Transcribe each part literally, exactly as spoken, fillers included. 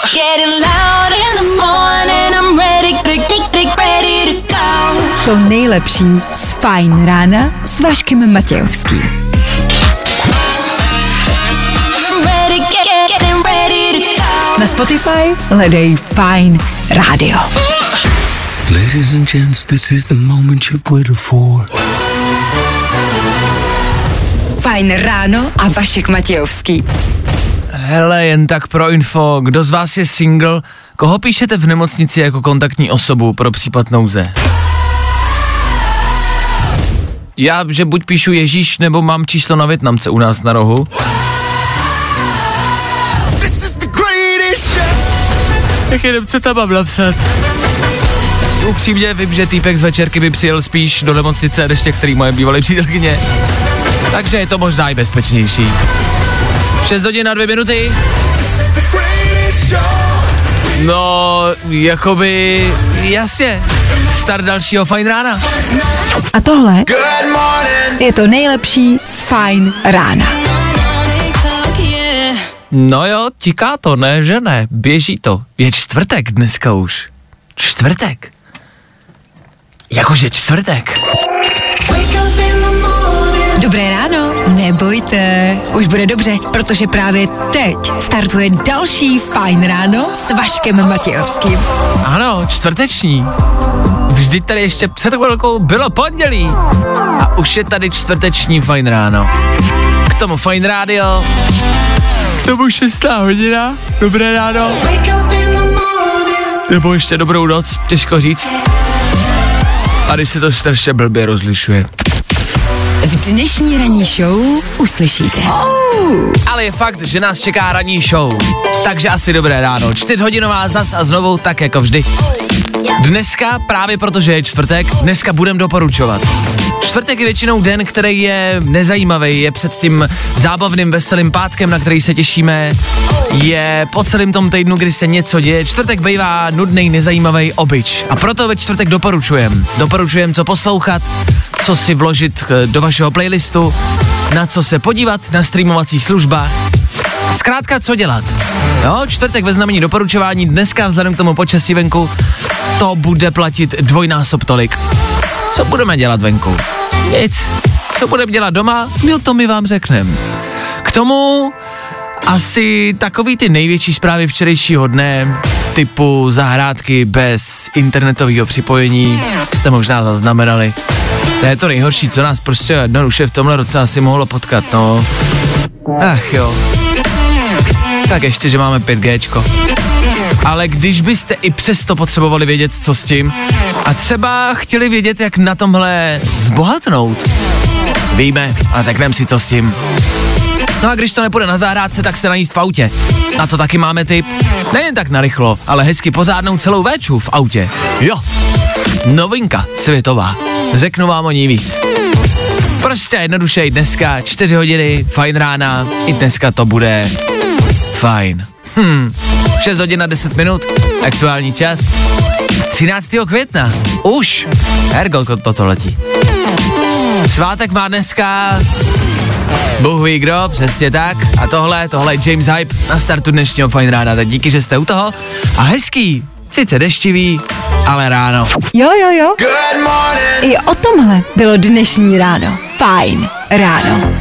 To nejlepší z Fajn rána s Vaškem Matějovským. Na Spotify hledej Fajn rádio. Ladies and gents, this is the moment you've waited for. Fajn ráno a Vašek Matějovský. Hele, jen tak pro info, kdo z vás je single, koho píšete v nemocnici jako kontaktní osobu pro případ nouze? Já, že buď píšu Ježíš, nebo mám číslo na Vietnamce u nás na rohu. Jak jenom co tam mám napsat? Upřímně vím, že týpek z večerky by přijel spíš do nemocnice, než některý moje bývalé přítelkyně. Takže je to možná i bezpečnější. šest hodin a dvě minuty. No, jakoby, jasně, start dalšího Fajn rána. A tohle je to nejlepší z Fajn rána. No jo, tiká to, ne, že ne, běží to. Je čtvrtek dneska už. Čtvrtek. Jakože čtvrtek. Dobré ráno, nebojte, už bude dobře, protože právě teď startuje další Fajn ráno s Vaškem Matějovským. Ano, čtvrteční. Vždyť tady ještě před chvilkou bylo pondělí. A už je tady čtvrteční Fajn ráno. K tomu Fajn rádio. K tomu šestá hodina. Dobré ráno. Nebo ještě dobrou noc, těžko říct. Tady se to strašně blbě rozlišuje. V dnešní ranní show uslyšíte. Oh. Ale je fakt, že nás čeká ranní show. Takže asi dobré ráno. Čtyřhodinová zas a znovu, tak jako vždy. Dneska, právě protože je čtvrtek, dneska budem doporučovat. Čtvrtek je většinou den, který je nezajímavý, je před tím zábavným, veselým pátkem, na který se těšíme, je po celém tom týdnu, kdy se něco děje. Čtvrtek bývá nudnej, nezajímavý obyč. A proto ve čtvrtek doporučujem. Doporučujem, co poslouchat, co si vložit do vašeho playlistu, na co se podívat na streamovacích službách. Zkrátka, co dělat. Jo, čtvrtek ve znamení doporučování, dneska vzhledem k tomu počasí venku, to bude platit dvojnásob tolik. Co budeme dělat venku? Nic. Co budeme dělat doma? No to my vám řekneme. K tomu asi takový ty největší zprávy včerejšího dne, typu zahrádky bez internetového připojení, jste možná zaznamenali. To je to nejhorší, co nás prostě jednoduše v tomhle roce asi mohlo potkat, no. Ach jo. Tak ještě, že máme pět géčko. Ale když byste i přesto potřebovali vědět, co s tím, a třeba chtěli vědět, jak na tomhle zbohatnout, víme a řekneme si, co s tím. No a když to nepůjde na zahrádce, tak se najíst v autě. Na to taky máme tip. Nejen tak narychlo, ale hezky pořádnou celou véču v autě. Jo, novinka světová. Řeknu vám o ní víc. Prostě jednoduše i dneska, čtyři hodiny, Fajn rána, i dneska to bude fajn. Hm, šest hodin a deset minut, aktuální čas, třináctého května, už, ergo toto letí. Svátek má dneska, Bůh ví kdo, přesně tak, a tohle, tohle je James Hype na startu dnešního Fajn rána, tak díky, že jste u toho a hezký, sice deštivý, ale ráno. Jo, jo, jo. I o tomhle bylo dnešní ráno. Fajn ráno.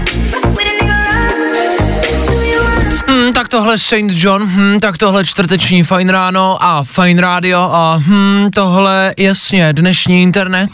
Hmm, tak tohle Saint John, hmm, tak tohle čtvrteční Fajn ráno a Fajn rádio a hmm, tohle jasně dnešní internet.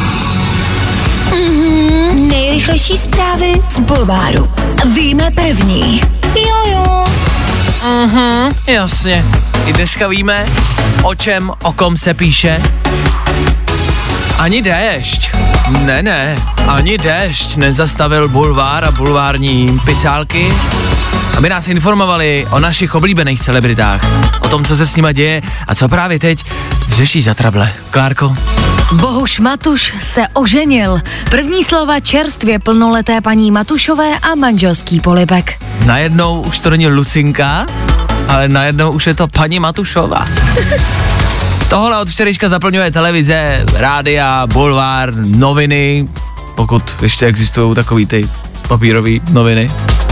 Mm-hmm, nejrychlejší zprávy z bulváru. Víme první. Jo, jo. Mhm, jasně. I dneska víme, o čem, o kom se píše. Ani déšť, ne, ne, ani déšť nezastavil bulvár a bulvární pisálky, aby nás informovali o našich oblíbených celebritách, o tom, co se s nima děje a co právě teď řeší za trable. Klárko? Bohuš Matuš se oženil. První slova čerstvě plnoleté paní Matušové a manželský polibek. Najednou už to není Lucinka, ale najednou už je to paní Matušová. Tohle od včerejška zaplňuje televize, rádia, bulvár, noviny, pokud ještě existují takový ty papírové noviny.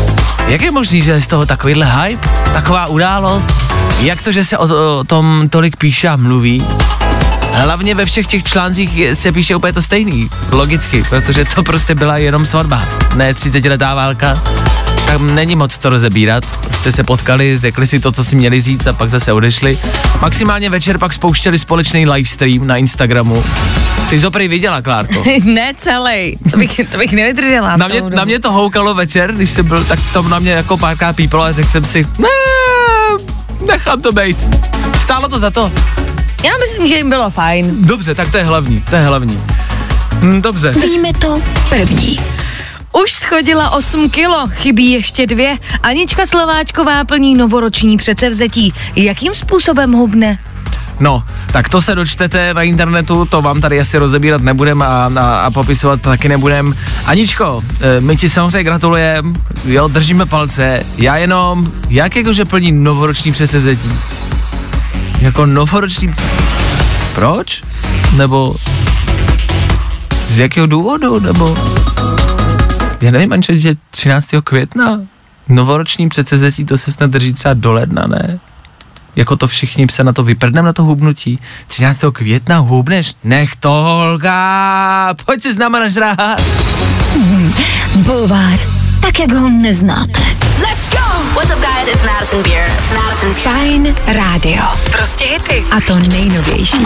Jak je možný, že je z toho takovýhle hype, taková událost? Jak to, že se o, o tom tolik píše a mluví? Hlavně ve všech těch článcích je, se píše úplně to stejný, logicky, protože to prostě byla jenom svatba, ne třicetiletá válka. Tam není moc to rozebírat, prostě se potkali, řekli si to, co si měli říct a pak zase odešli. Maximálně večer pak spouštěli společný livestream na Instagramu. Ty jsi ho prý viděla, Klárko? Ne celý, to bych, to bych nevydržela. Na mě, na mě to houkalo večer, když jsem byl, tak to na mě jako párkrát píplo a řekl jsem si, ne, nechám to bejt. Stálo to za to. Já myslím, že jim bylo fajn. Dobře, tak to je hlavní, to je hlavní. Hm, dobře. Víme to první. Už schodila osm kilo, chybí ještě dvě. Anička Slováčková plní novoroční předsevzetí. Jakým způsobem hubne? No, tak to se dočtete na internetu, to vám tady asi rozebírat nebudem a, a, a popisovat taky nebudem. Aničko, my ti samozřejmě gratulujeme, jo, držíme palce, já jenom, jak jakože plní novoroční předsevzetí? Jako novoroční, proč? Nebo z jakého důvodu, nebo já nevím, Ančo, že třináctého května novoroční předsevzetí, to se snad drží třeba do ledna, ne? Jako to všichni se na to vyprdneme, na to hubnutí. třináctého května hubneš? Nech to, holka, pojď si s náma nažrát. Hmm, bulvár, tak jak ho neznáte. Let's go! What's up, guys? It's Madison Beer. Madison Beer. Fajn rádio. Prostě hity. A to nejnovější.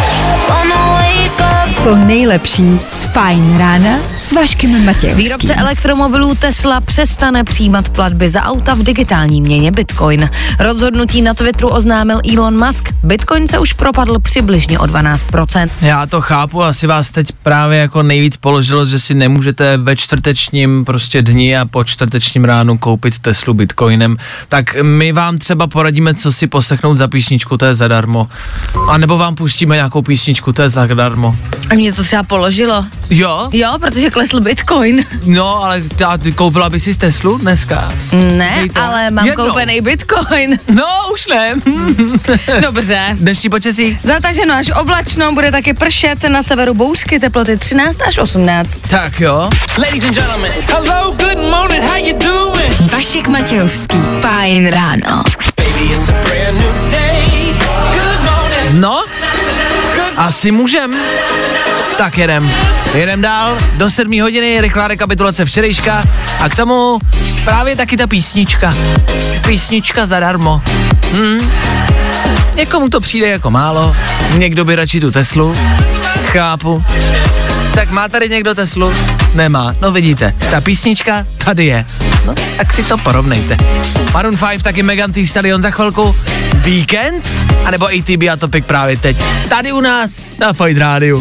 To nejlepší z Fajn rána s Vaškem Matějovským. Výrobce elektromobilů Tesla přestane přijímat platby za auta v digitální měně Bitcoin. Rozhodnutí na Twitteru oznámil Elon Musk. Bitcoin se už propadl přibližně o dvanáct procent. Já to chápu, asi vás teď právě jako nejvíc položilo, že si nemůžete ve čtvrtečním prostě dni a po čtvrtečním ránu koupit Teslu Bitcoinem. Tak my vám třeba poradíme, co si poslechnout za písničku, to je zadarmo. A nebo vám pustíme nějakou písničku, to je zadarmo. A mě to třeba položilo. Jo? Jo, protože klesl Bitcoin. No, ale ta, ty koupila by si z Teslu dneska? Ne, Víte? Ale mám Jednou. koupený Bitcoin. No, už ne. Dobře. Dnešní počasí? Zataženo až oblačno, bude taky pršet, na severu bouřky, teploty třináct až osmnáct. Tak jo. Ladies and gentlemen, hello, good morning, how you doing? Vašek Matějovský, Fajn ráno. Baby, it's a brand new day. Good morning. No, asi můžem. Tak jedem. Jedem dál, do sedmé hodiny, rychlá rekapitulace včerejška a k tomu právě taky ta písnička. Písnička zadarmo. Hm. Někomu to přijde jako málo, někdo by radši tu Teslu, chápu. Tak má tady někdo Teslu? Nemá, no vidíte, ta písnička tady je. No, tak si to porovnejte. Maroon pět, taky Megan Thee Stallion za chvilku. Víkend? A nebo A T B a Topic právě teď. Tady u nás, na Fajn rádiu.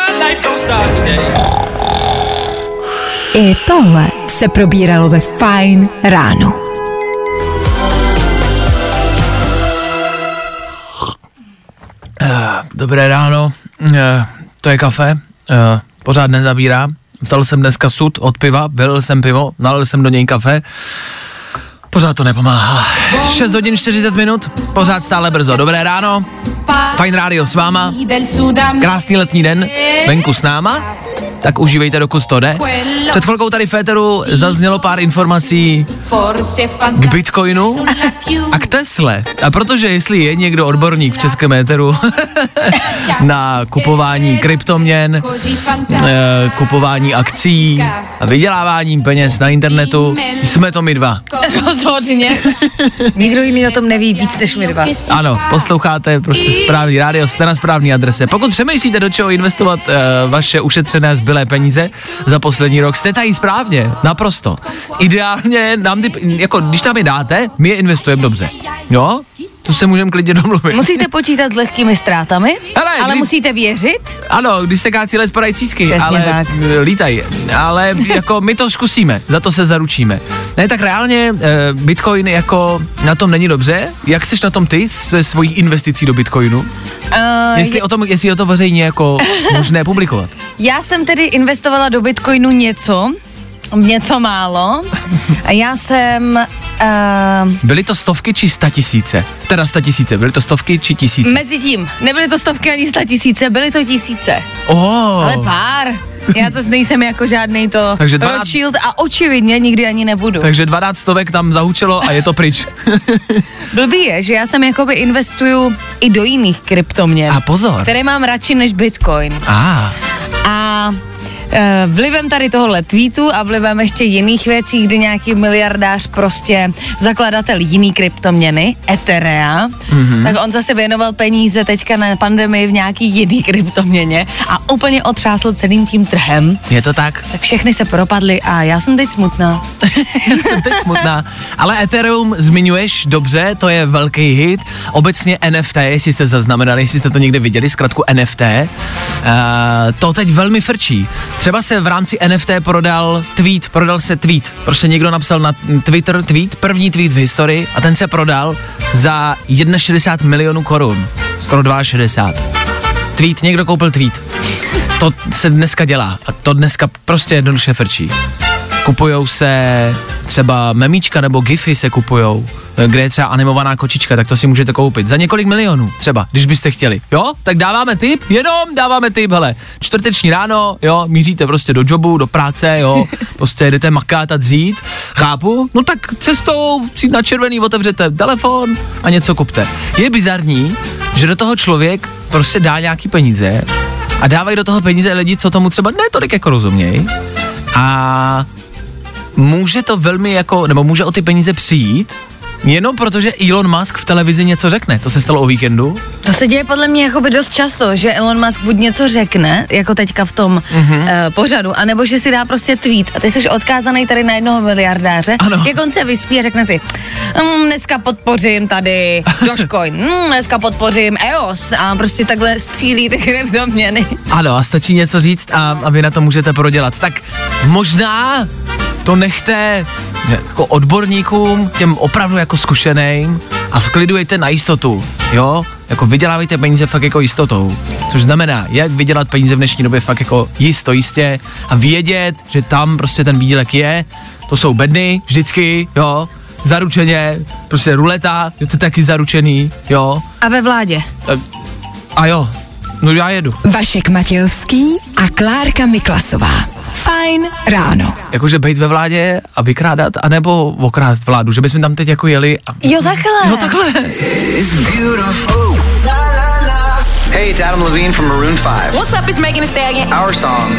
I tohle se probíralo ve Fajn ráno. Dobré ráno, to je kafe, pořád nezabírá. Vzal jsem dneska sud od piva, vylil jsem pivo, nalil jsem do něj kafe. Pořád to nepomáhá. šest hodin čtyřicet minut, pořád stále brzo. Dobré ráno, Fajn rádio s váma, krásný letní den, venku s náma, tak užívejte, dokud to jde. Před chvilkou tady v éteru zaznělo pár informací k Bitcoinu a k Tesle. A protože jestli je někdo odborník v českém éteru na kupování kryptoměn, kupování akcí a vydělávání peněz na internetu, jsme to my dva. Rozhodně. Nikdo jiný o tom neví víc než my dva. Ano, posloucháte prostě správný rádio, jste na správné adrese. Pokud přemýšlíte, do čeho investovat uh, vaše ušetřené zbylé peníze za poslední rok, jste tady správně, naprosto. Ideálně nám ty, jako když tam je dáte, my je investujeme dobře. Jo? To se můžeme klidně domluvit. Musíte počítat s lehkými ztrátami, Hele, ale kdy... musíte věřit. Ano, když se kácí les, padají třísky, Přesně ale tak. lítají. Ale jako my to zkusíme, za to se zaručíme. Ne, tak reálně e, Bitcoin jako na tom není dobře. Jak jsi na tom ty se svojí investicí do Bitcoinu? Uh, jestli, je... o tom, jestli o to veřejně jako možné publikovat. Já jsem tedy investovala do Bitcoinu něco, něco málo. A já jsem... Uh, byly to stovky či statisíce? Teda statisíce, byly to stovky či tisíce? Mezi tím, nebyly to stovky ani statisíce, byly to tisíce. Oh. Ale pár. Já zase nejsem jako žádnej to Takže dvanáct Rothschild a očividně nikdy ani nebudu. Takže dvanáct stovek tam zahučelo a je to pryč. Blbý je, že já jsem jakoby investuju i do jiných kryptoměn. A pozor. Které mám radši než Bitcoin. A. A e, vlivem tady tohohle tweetu a vlivem ještě jiných věcí, kdy nějaký miliardář prostě zakladatel jiný kryptoměny, Etherea, mm-hmm. tak on zase věnoval peníze teďka na pandemii v nějaký jiný kryptoměně a úplně otřásl celým tím trhem. Je to tak? Tak všechny se propadly a já jsem teď smutná. Já jsem teď smutná. Ale Ethereum zmiňuješ dobře, to je velký hit. Obecně N F T, jestli jste zaznamenali, jestli jste to někde viděli, zkrátku N F T, uh, to teď velmi frčí. Třeba se v rámci N F T prodal tweet, prodal se tweet. Prostě někdo napsal na Twitter tweet, první tweet v historii a ten se prodal za šedesát jedna milionů korun. Skoro šedesát dva. Tweet, někdo koupil tweet. To se dneska dělá a to dneska prostě jednoduše frčí. Kupujou se třeba memíčka nebo gify se kupujou, kde je třeba animovaná kočička, tak to si můžete koupit za několik milionů třeba, když byste chtěli. Jo, tak dáváme tip, jenom dáváme tip, hele, čtvrteční ráno, jo, míříte prostě do jobu, do práce, jo, prostě jdete makat a dřít, chápu, no tak cestou si na červený otevřete telefon a něco kupte. Je bizarní, že do toho člověk prostě dá nějaký peníze a dávají do toho peníze lidi, co tomu třeba ne tolik jako rozumějí a může to velmi jako, nebo může o ty peníze přijít, jenom protože Elon Musk v televizi něco řekne. To se stalo o víkendu. To se děje podle mě jakoby dost často, že Elon Musk buď něco řekne, jako teďka v tom mm-hmm. uh, pořadu, anebo že si dá prostě tweet a ty jsi odkázaný tady na jednoho miliardáře, ano. Jak on se vyspí a řekne si, mm, dneska podpořím tady Dogecoin, mm, dneska podpořím E O S a prostě takhle střílí ty kryptoměny. Ano, a stačí něco říct a, a vy na to můžete prodělat. Tak možná to nechte jako odborníkům, těm opravdu jako zkušeným a vklidujete na jistotu, jo? Jako vydělávejte peníze fakt jako jistotou, což znamená, jak vydělat peníze v dnešní době fakt jako jisto, jistě a vědět, že tam prostě ten výdělek je, to jsou bedny vždycky, jo? Zaručeně, prostě ruleta, je to taky zaručený, jo? A ve vládě? A, a jo, no já jedu. Vašek Matějovský a Klárka Miklasová. Fajn ráno. Jakože bejt ve vládě a vykrádat, anebo okrást vládu, že bychom tam teď jako jeli a... Jo, takhle. Jo, takhle. Hey, it's Adam Levine from Maroon five. What's up, it's Megan Thee Stallion. Our song.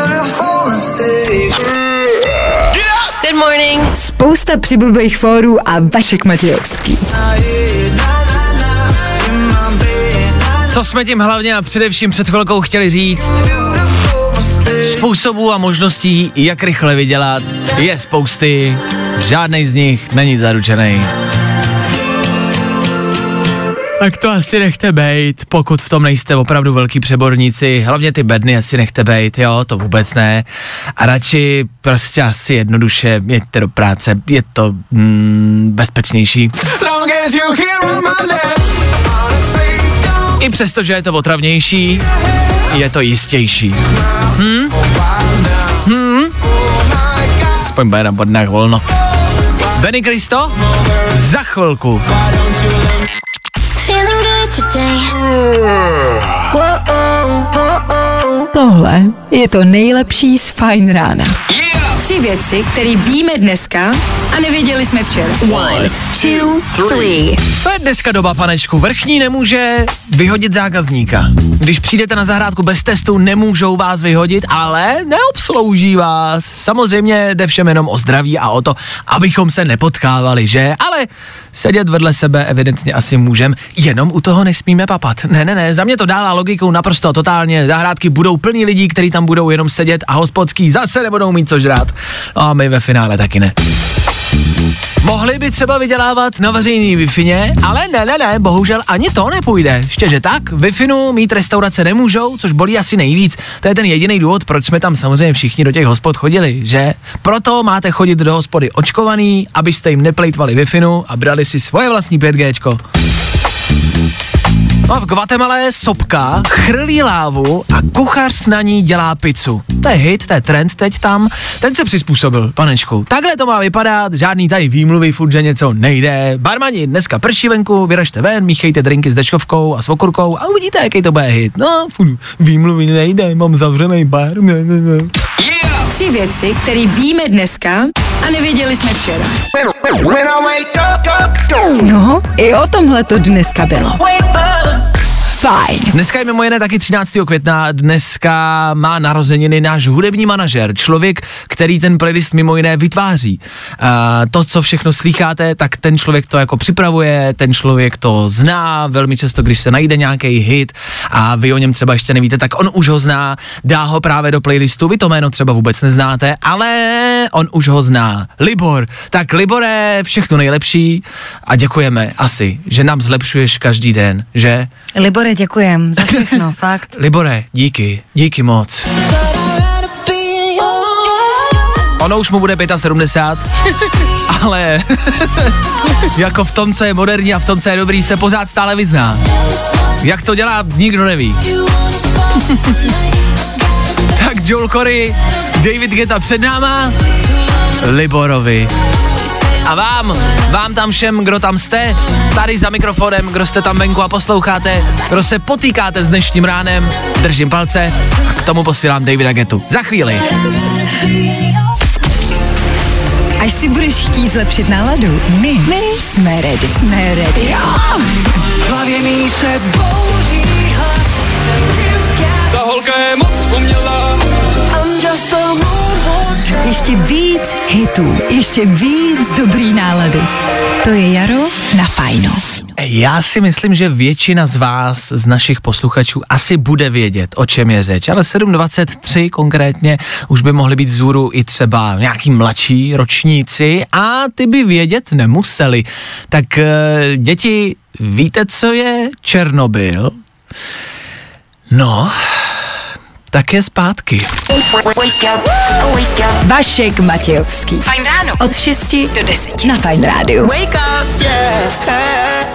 Good morning. Spousta přibulbých fórů a Vašek Matějovský. Co jsme tím hlavně a především před chvilkou chtěli říct? Způsobů a možností, jak rychle vydělat, je spousty, žádnej z nich není zaručený. Tak to asi nechte bejt, pokud v tom nejste opravdu velký přeborníci, hlavně ty bedny asi nechte bejt, jo, to vůbec ne. A radši prostě asi jednoduše jeďte do práce, je to mm, bezpečnější. I přesto, že je to otravnější, je to jistější. Hm? Hm? Aspoň bude na bodnách volno. Benny Cristo? Za chvilku. Tohle je to nejlepší z Fajn rána. Yeah! Tři věci, které víme dneska a nevěděli jsme včera. One, two, three. To je dneska doba, panečku. Vrchní nemůže vyhodit zákazníka. Když přijdete na zahrádku bez testu, nemůžou vás vyhodit, ale neobslouží vás. Samozřejmě jde všem jenom o zdraví a o to, abychom se nepotkávali, že? Ale sedět vedle sebe evidentně asi můžem, jenom u toho nesmíme papat. Ne, ne, ne, za mě to dává logiku naprosto totálně. Zahrádky budou plný lidí, kteří tam budou jenom sedět a hospodský zase nebudou mít co žrát. No a my ve finále taky ne. Mohli by třeba vydělávat na veřejný Wi-Fi, ale ne, ne, ne, bohužel ani to nepůjde. Ještě že tak, Wi-Fi mít restaurace nemůžou, což bolí asi nejvíc. To je ten jediný důvod, proč jsme tam samozřejmě všichni do těch hospod chodili, že? Proto máte chodit do hospody očkovaný, abyste jim neplejtvali Wi-Fi a brali si svoje vlastní pět G čko. No a v Guatemale sopka chrlí lávu a kuchař na ní dělá pizzu. To je hit, to je trend teď tam. Ten se přizpůsobil, panečku. Takhle to má vypadat, žádný tady výmluvy, furt, že něco nejde. Barmani, dneska prší venku, vyražte ven, míchejte drinky s dečkovkou a s okurkou a uvidíte, jaký to bude hit. No, furt, výmluvy nejde, mám zavřený bar. Ne, ne, ne. Yeah! Tři věci, které víme dneska a nevěděli jsme včera. No, i o tomhle to dneska bylo. Fajn. Dneska je mimo jiné taky třináctého května, dneska má narozeniny náš hudební manažer, člověk, který ten playlist mimo jiné vytváří. Uh, to, co všechno slýcháte, tak ten člověk to jako připravuje, ten člověk to zná, velmi často, když se najde nějaký hit a vy o něm třeba ještě nevíte, tak on už ho zná, dá ho právě do playlistu, vy to jméno třeba vůbec neznáte, ale on už ho zná. Libor, tak Libore, všechno nejlepší a děkujeme asi, že nám zlepšuješ každý den, že? Libore, děkujem za všechno, fakt. Libore, díky, díky moc. Ono už mu bude sedmdesát pět, ale jako v tom, co je moderní a v tom, co je dobrý, se pořád stále vyzná. Jak to dělá, nikdo neví. Tak Joel Corey, David Guetta před náma, Liborovi. A vám, vám tam všem, kdo tam jste, tady za mikrofonem, kdo jste tam venku a posloucháte, kdo se potýkáte s dnešním ránem, držím palce a k tomu posílám Davida Guettu. Za chvíli. Až si budeš chtít zlepšit náladu, my, my jsme ready. Jsme ready. Jo. hlavě mi se bouří hlas. Ta holka je moc umělá. I'm just a robot. Ještě víc hitů, ještě víc dobrý nálady. To je jaro na Fajnu. Já si myslím, že většina z vás, z našich posluchačů, asi bude vědět, o čem je řeč, ale sedm dvacet tři konkrétně už by mohly být vzhůru i třeba nějaký mladší ročníci a ty by vědět nemuseli. Tak děti, víte, co je Černobyl? No, tak je zpátky. Vašek Matějovský. Fajn ráno. Od šesti do deseti na Fajn rádiu. Wake up. Yeah.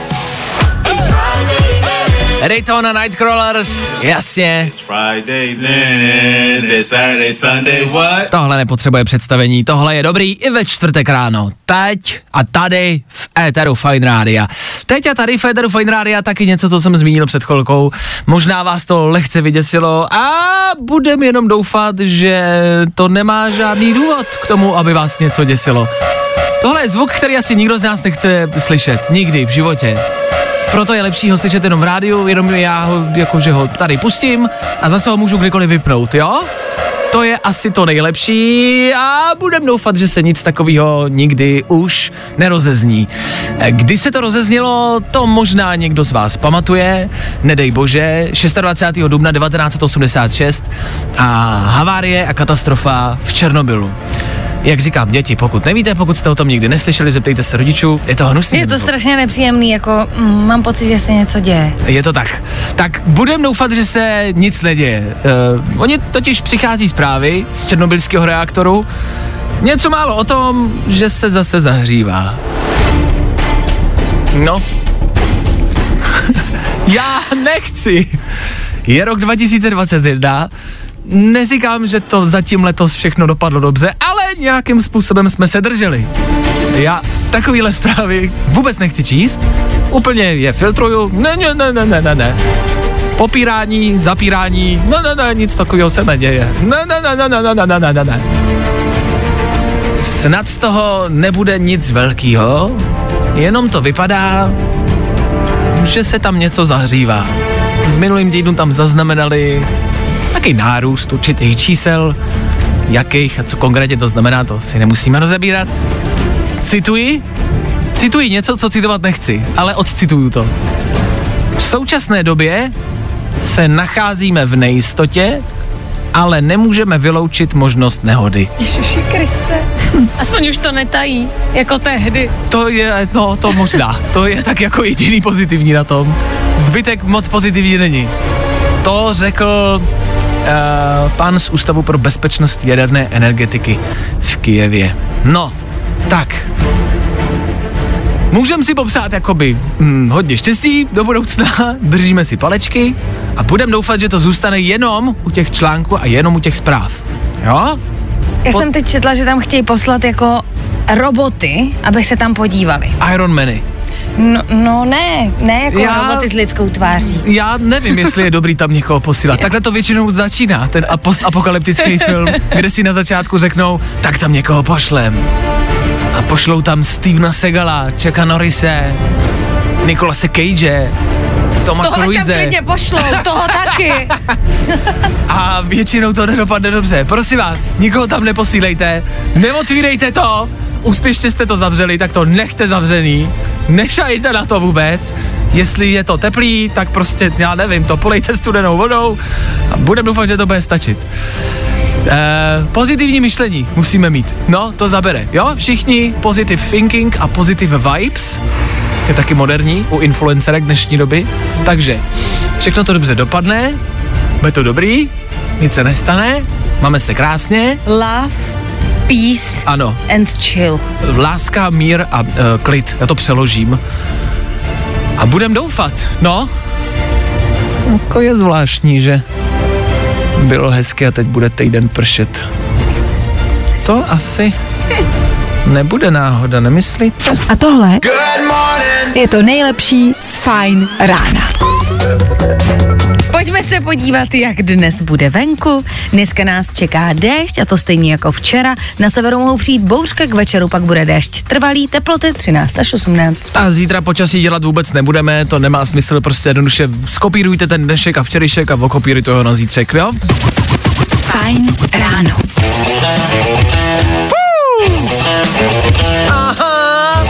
Daytona Nightcrawlers, jasně. It's Friday then, it's Saturday, Sunday, what? Tohle nepotřebuje představení, tohle je dobrý i ve čtvrtek ráno. Teď a tady v éteru Fajn rádia. Teď a tady v éteru Fajn rádia taky něco, co jsem zmínil před chvilkou. Možná vás to lehce vyděsilo a budem jenom doufat, že to nemá žádný důvod k tomu, aby vás něco děsilo. Tohle je zvuk, který asi nikdo z nás nechce slyšet, nikdy v životě. Proto je lepší ho slyšet jenom v rádiu, jenom já ho, jakože ho tady pustím a zase ho můžu kdykoliv vypnout, jo? To je asi to nejlepší a budem doufat, že se nic takového nikdy už nerozezní. Kdy se to rozeznělo, to možná někdo z vás pamatuje, nedej bože, dvacátého šestého dubna devatenáct set osmdesát šest a havárie a katastrofa v Černobylu. Jak říkám, děti, pokud nevíte, pokud jste o tom nikdy neslyšeli, zeptejte se rodičů, je to hnusný. Je to strašně nepříjemný, jako mm, mám pocit, že se něco děje. Je to tak. Tak budem doufat, že se nic neděje. Uh, oni totiž přichází zprávy z černobylského reaktoru, něco málo o tom, že se zase zahřívá. No. Já nechci. Je rok dva tisíce dvacet jedna, neříkám, že to zatím letos všechno dopadlo dobře, ale nějakým způsobem jsme se drželi. Já takovýhle zprávy vůbec nechci číst, úplně je filtruju, ne, ne, ne, ne, ne, ne, ne. Popírání, zapírání, ne, ne, ne, nic takového se neděje. Ne, ne, ne, ne, ne, ne, ne, ne, ne, ne. Snad z toho nebude nic velkýho, jenom to vypadá, že se tam něco zahřívá. V minulým týdnu tam zaznamenali takový nárůst určitých čísel, jakých a co konkrétně to znamená, to si nemusíme rozebírat. Cituji, cituji něco, co citovat nechci, ale odcituju to. V současné době se nacházíme v nejistotě, ale nemůžeme vyloučit možnost nehody. Ježiši Kriste, aspoň už to netají, jako tehdy. To je, no, to možná, to je tak jako jediný pozitivní na tom. Zbytek moc pozitivní není. To řekl uh, pan z Ústavu pro bezpečnost jaderné energetiky v Kyjevě. No, tak. Můžeme si popsat jakoby hm, hodně štěstí do budoucna, držíme si palečky a budeme doufat, že to zůstane jenom u těch článků a jenom u těch zpráv. Jo? Já Po- jsem teď četla, že tam chtějí poslat jako roboty, aby se tam podívali. Ironmany. No, no ne, ne jako Já- roboty s lidskou tváří. Já nevím, jestli je dobrý tam někoho posílat. Takhle to většinou začíná, ten a- postapokalyptický film, kde si na začátku řeknou, tak tam někoho pošlem. A pošlou tam Stevena Segala, Chucka Norrise, Nicolase Cage, Toma Tohle tam Cruise. klidně pošlou, toho taky. A většinou to nedopadne dobře. Prosím vás, nikoho tam neposílejte, neotvírejte to, úspěšně jste to zavřeli, tak to nechte zavřený, nešajte na to vůbec. Jestli je to teplý, tak prostě, já nevím, to polejte studenou vodou a budeme doufat, že to bude stačit. Eh, pozitivní myšlení musíme mít, no, to zabere, jo, všichni positive thinking a positive vibes, to je taky moderní u influencerek dnešní doby, takže všechno to dobře dopadne, bude to dobrý, nic se nestane, máme se krásně, Love, peace ano, and chill. láska, mír a uh, klid, já to přeložím. A budem doufat, no. Jako je zvláštní, že bylo hezky a teď bude týden pršet. To asi nebude náhoda, nemyslíte? A tohle je to nejlepší z Fajn rána. Pojďme se podívat, jak dnes bude venku. Dneska nás čeká déšť a to stejně jako včera. Na severu mohou přijít bouřka, k večeru pak bude déšť trvalý, teploty třináct až osmnáct. A zítra počasí dělat vůbec nebudeme, to nemá smysl, prostě jednoduše skopírujte ten dnešek a včerejšek a okopírujte ho na zítřek, jo? Fajn ráno. Aha!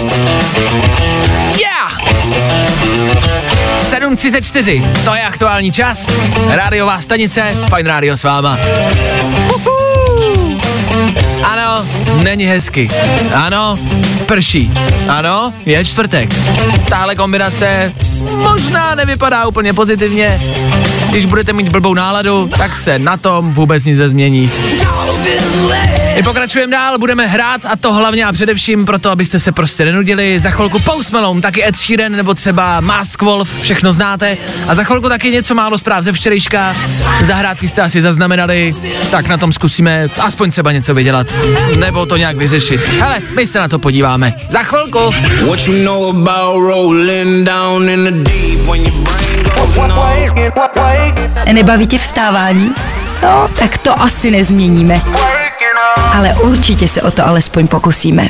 Yeah! sedm třicet čtyři, to je aktuální čas. Rádiová stanice, Fajn rádio s váma. Uhu. Ano, není hezky. Ano, prší. Ano, je čtvrtek. Tahle kombinace možná nevypadá úplně pozitivně. Když budete mít blbou náladu, tak se na tom vůbec nic nezmění. My pokračujeme dál, budeme hrát a to hlavně a především proto, abyste se prostě nenudili. Za chvilku Post Malone, taky Ed Sheeran nebo třeba Mask Wolf, všechno znáte. A za chvilku taky něco málo zpráv ze včerejška. Zahrádky jste asi zaznamenali, tak na tom zkusíme aspoň třeba něco vydělat. Nebo to nějak vyřešit. Hele, my se na to podíváme. Za chvilku. What you know about rolling down in the deep when your brain goes numb. Nebaví tě vstávání? No, tak to asi nezměníme. Ale určitě se o to alespoň pokusíme.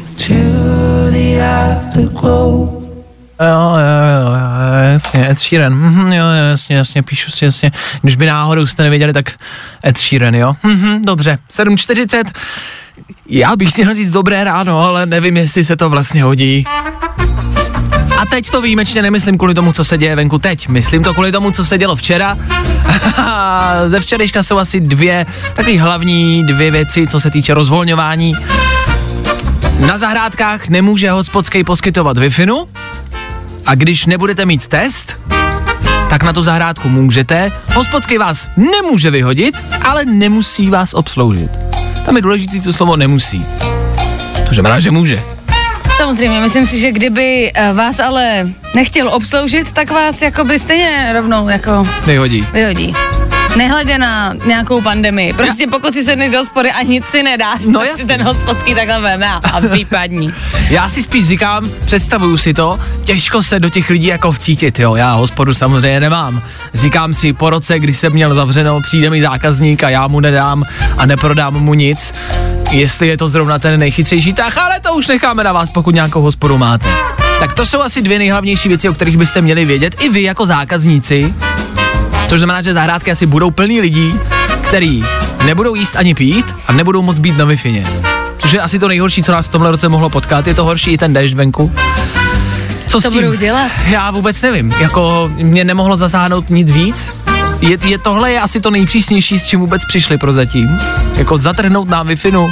Jo, jo, jo, jasně, Ed Sheeran, mhm, jo, jasně, jasně, píšu si, jasně, když by náhodou jste nevěděli, tak Ed Sheeran, jo, mhm, dobře, sedm čtyřicet, já bych měl říct dobré ráno, ale nevím, jestli se to vlastně hodí. A teď to výjimečně nemyslím kvůli tomu, co se děje venku teď, myslím to kvůli tomu, co se dělo včera. Ze včerejška jsou asi dvě, takový hlavní dvě věci, co se týče rozvolňování. Na zahrádkách nemůže hospodský poskytovat Wi-Fi, a když nebudete mít test, tak na tu zahrádku můžete. Hospodský vás nemůže vyhodit, ale nemusí vás obsloužit. Tam je důležité to slovo nemusí. To znamená, že může. Samozřejmě, myslím si, že kdyby uh, vás ale nechtěl obsloužit, tak vás jakoby stejně rovnou jako Vyhodí. vyhodí. Nehledě na nějakou pandemii. Prostě pokud si sedneš do hospody a nic si nedáš, No tak jasně. si ten hospodský takhle veme a, a vypadní. Já si spíš říkám, představuju si to, těžko se do těch lidí jako vcítit, jo, já hospodu samozřejmě nemám. Říkám si, po roce, kdy jsem měl zavřeno, přijde mi zákazník a já mu nedám a neprodám mu nic, jestli je to zrovna ten nejchytřejší tah, ale to už necháme na vás, pokud nějakou hospodu máte. Tak to jsou asi dvě nejhlavnější věci, o kterých byste měli vědět i vy jako zákazníci. Což znamená, že zahrádky asi budou plný lidí, který nebudou jíst ani pít a nebudou moc být na Wi-Fi. Což je asi to nejhorší, co nás v tomhle roce mohlo potkat. Je to horší i ten déšť venku. Co Co s tím? budou dělat? Já vůbec nevím. Jako mě nemohlo zasáhnout nic víc. Je, je, tohle je asi to nejpřísnější, s čím vůbec přišli prozatím. Jako zatrhnout na Wi-Fi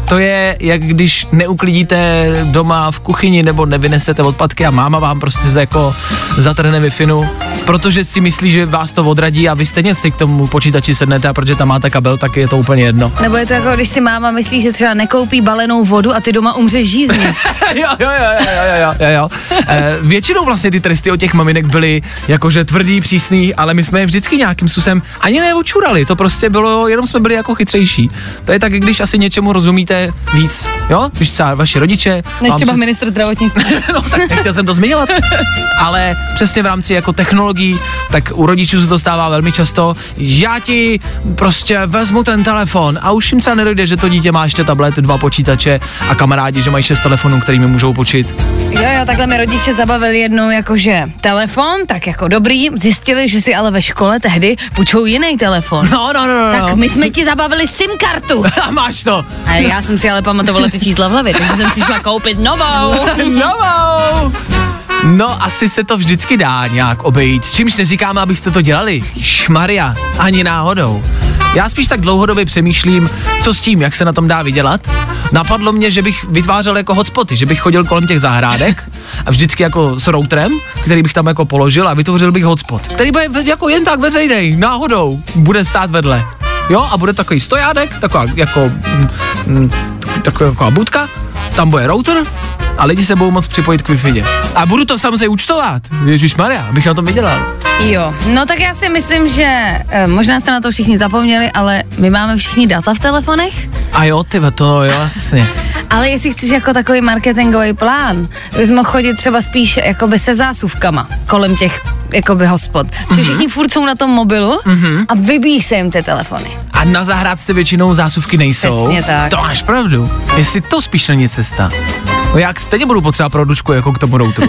To je, jak když neuklidíte doma v kuchyni nebo nevynesete odpadky a máma vám prostě se jako zatrhne Wi-Fi, protože si myslí, že vás to odradí a vy stejně si k tomu počítači sednete a protože tam máte kabel, tak je to úplně jedno. Nebo je to jako, když si máma myslí, že třeba nekoupí balenou vodu a ty doma umřeš žízně. jo, jo, jo, jo, jo, jo, jo. E, většinou vlastně ty tresty od těch maminek byly jakože tvrdý, přísný, ale my jsme je vždycky nějakým způsobem ani neočurali, to prostě bylo, jenom jsme byli jako chytřejší. To je tak, když asi něčemu rozumíte víc, jo? Když třeba vaši rodiče... Než třeba přes... ministr zdravotnictví. no tak nechtěl jsem to zmiňovat, ale přesně v rámci jako technologií, tak u rodičů se to stává velmi často. Já ti prostě vezmu ten telefon a už jim třeba nedojde, že to dítě má ještě tablet, dva počítače a kamarádi, že mají šest telefonů, kterými můžou počít. Jo, jo, takhle mi rodiče zabavili jednou jakože telefon, tak jako dobrý, zjistili, že si ale ve škole tehdy půjčou jiný telefon. No, no, no, no. Tak my jsme ti zabavili SIM kartu. A máš to. A já jsem si ale pamatovala ty čísla v hlavě, takže jsem si šla koupit novou. Novou. No, asi se to vždycky dá nějak obejít. Čímž neříkáme, abyste to dělali. Šmaria, ani náhodou. Já spíš tak dlouhodobě přemýšlím, co s tím, jak se na tom dá vydělat. Napadlo mě, že bych vytvářel jako hotspoty, že bych chodil kolem těch zahrádek a vždycky jako s routerem, který bych tam jako položil a vytvořil bych hotspot, který bude jako jen tak veřejnej, náhodou, bude stát vedle. Jo, a bude takový stojádek, taková jako, mm, taková jako budka, tam bude router a lidi se budou moct připojit k Wi-Fi. A budu to samozřejmě účtovat. Ježišmarja, abych na tom vydělal. Jo, no tak já si myslím, že e, možná jste na to všichni zapomněli, ale my máme všichni data v telefonech. A jo, tyba, to jo, jasně. Ale jestli chceš jako takový marketingový plán, bys mohl chodit třeba spíš jakoby se zásuvkama kolem těch jakoby hospod. Protože mm-hmm. všichni furt jsou na tom mobilu mm-hmm. a vybíjí se jim ty telefony. A na zahrádce většinou zásuvky nejsou. Přesně tak. To máš pravdu. Jestli to spíš není cesta. No jak stejně budu potřebovat produčku jako k tomu routeru.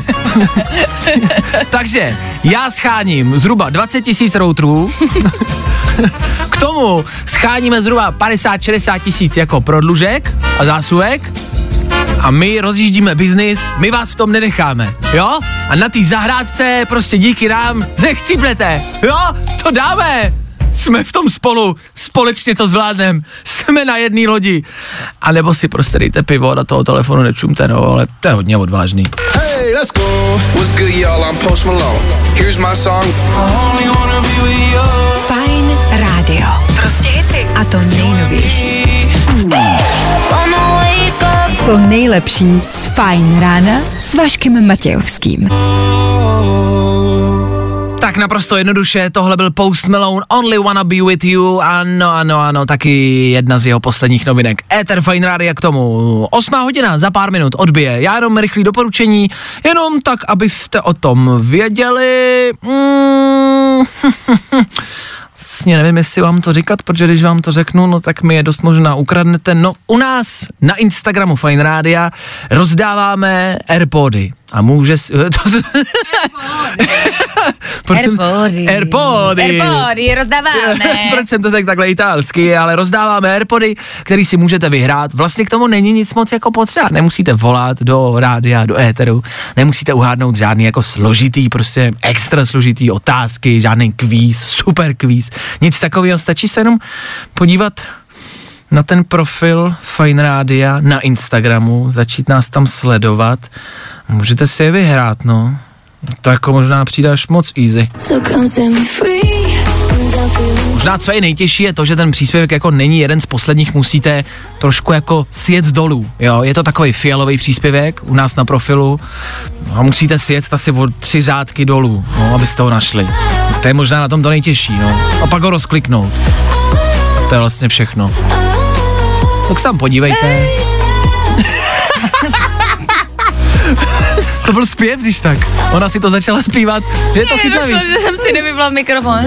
Takže já scháním zhruba dvacet tisíc routerů. K tomu scháníme zhruba padesát šedesát tisíc jako prodlužek a zásuvek. A my rozjíždíme biznis, my vás v tom nenecháme, jo? A na té zahrádce prostě díky nám nechciplete, jo? To dáme! Jsme v tom spolu, společně to zvládneme, jsme na jedné lodi. A nebo si prostě dejte pivo a do toho telefonu nečumte, no, ale to je hodně odvážný. Hey, let's go. What's good, y'all? I'm Post Malone. Here's my song. I only wanna be with you. Fajn rádio. Prostě hity. A to nejnovější. To nejlepší z Fajn rána s Vaškem Matějovským. Tak naprosto jednoduše, tohle byl Post Malone, Only Wanna Be With You, ano, ano, ano, taky jedna z jeho posledních novinek. Éter Fajn rádia k tomu, osmá hodina, za pár minut odbije, já jenom rychlý doporučení, jenom tak, abyste o tom věděli. Mm. Vlastně nevím, jestli vám to říkat, protože když vám to řeknu, no tak mi je dost možná ukradnete. No u nás na Instagramu Fajn rádia rozdáváme AirPody. A může si... Airpody. Airpody. Airpody rozdáváme. Proč jsem to řekl takhle italsky, ale rozdáváme Airpody, který si můžete vyhrát. Vlastně k tomu není nic moc jako potřeba. Nemusíte volat do rádia, do éteru, nemusíte uhádnout žádný jako složitý, prostě extra složitý otázky, žádný kvíz, super kvíz. Nic takového, stačí se jenom podívat na ten profil Fajn rádia na Instagramu, začít nás tam sledovat. Můžete si je vyhrát, no. To jako možná přijde až moc easy. Možná co je nejtěžší je to, že ten příspěvek jako není jeden z posledních, musíte trošku jako sjet dolů, jo. Je to takový fialový příspěvek u nás na profilu a musíte sjet asi o tři řádky dolů, no, abyste ho našli. To je možná na tom to nejtěžší, no. A pak ho rozkliknout. To je vlastně všechno. Tak se tam podívejte. To byl zpěv, když tak. Ona si to začala zpívat. Je to chytlavý. Došlo, že jsem si nevypla mikrofon.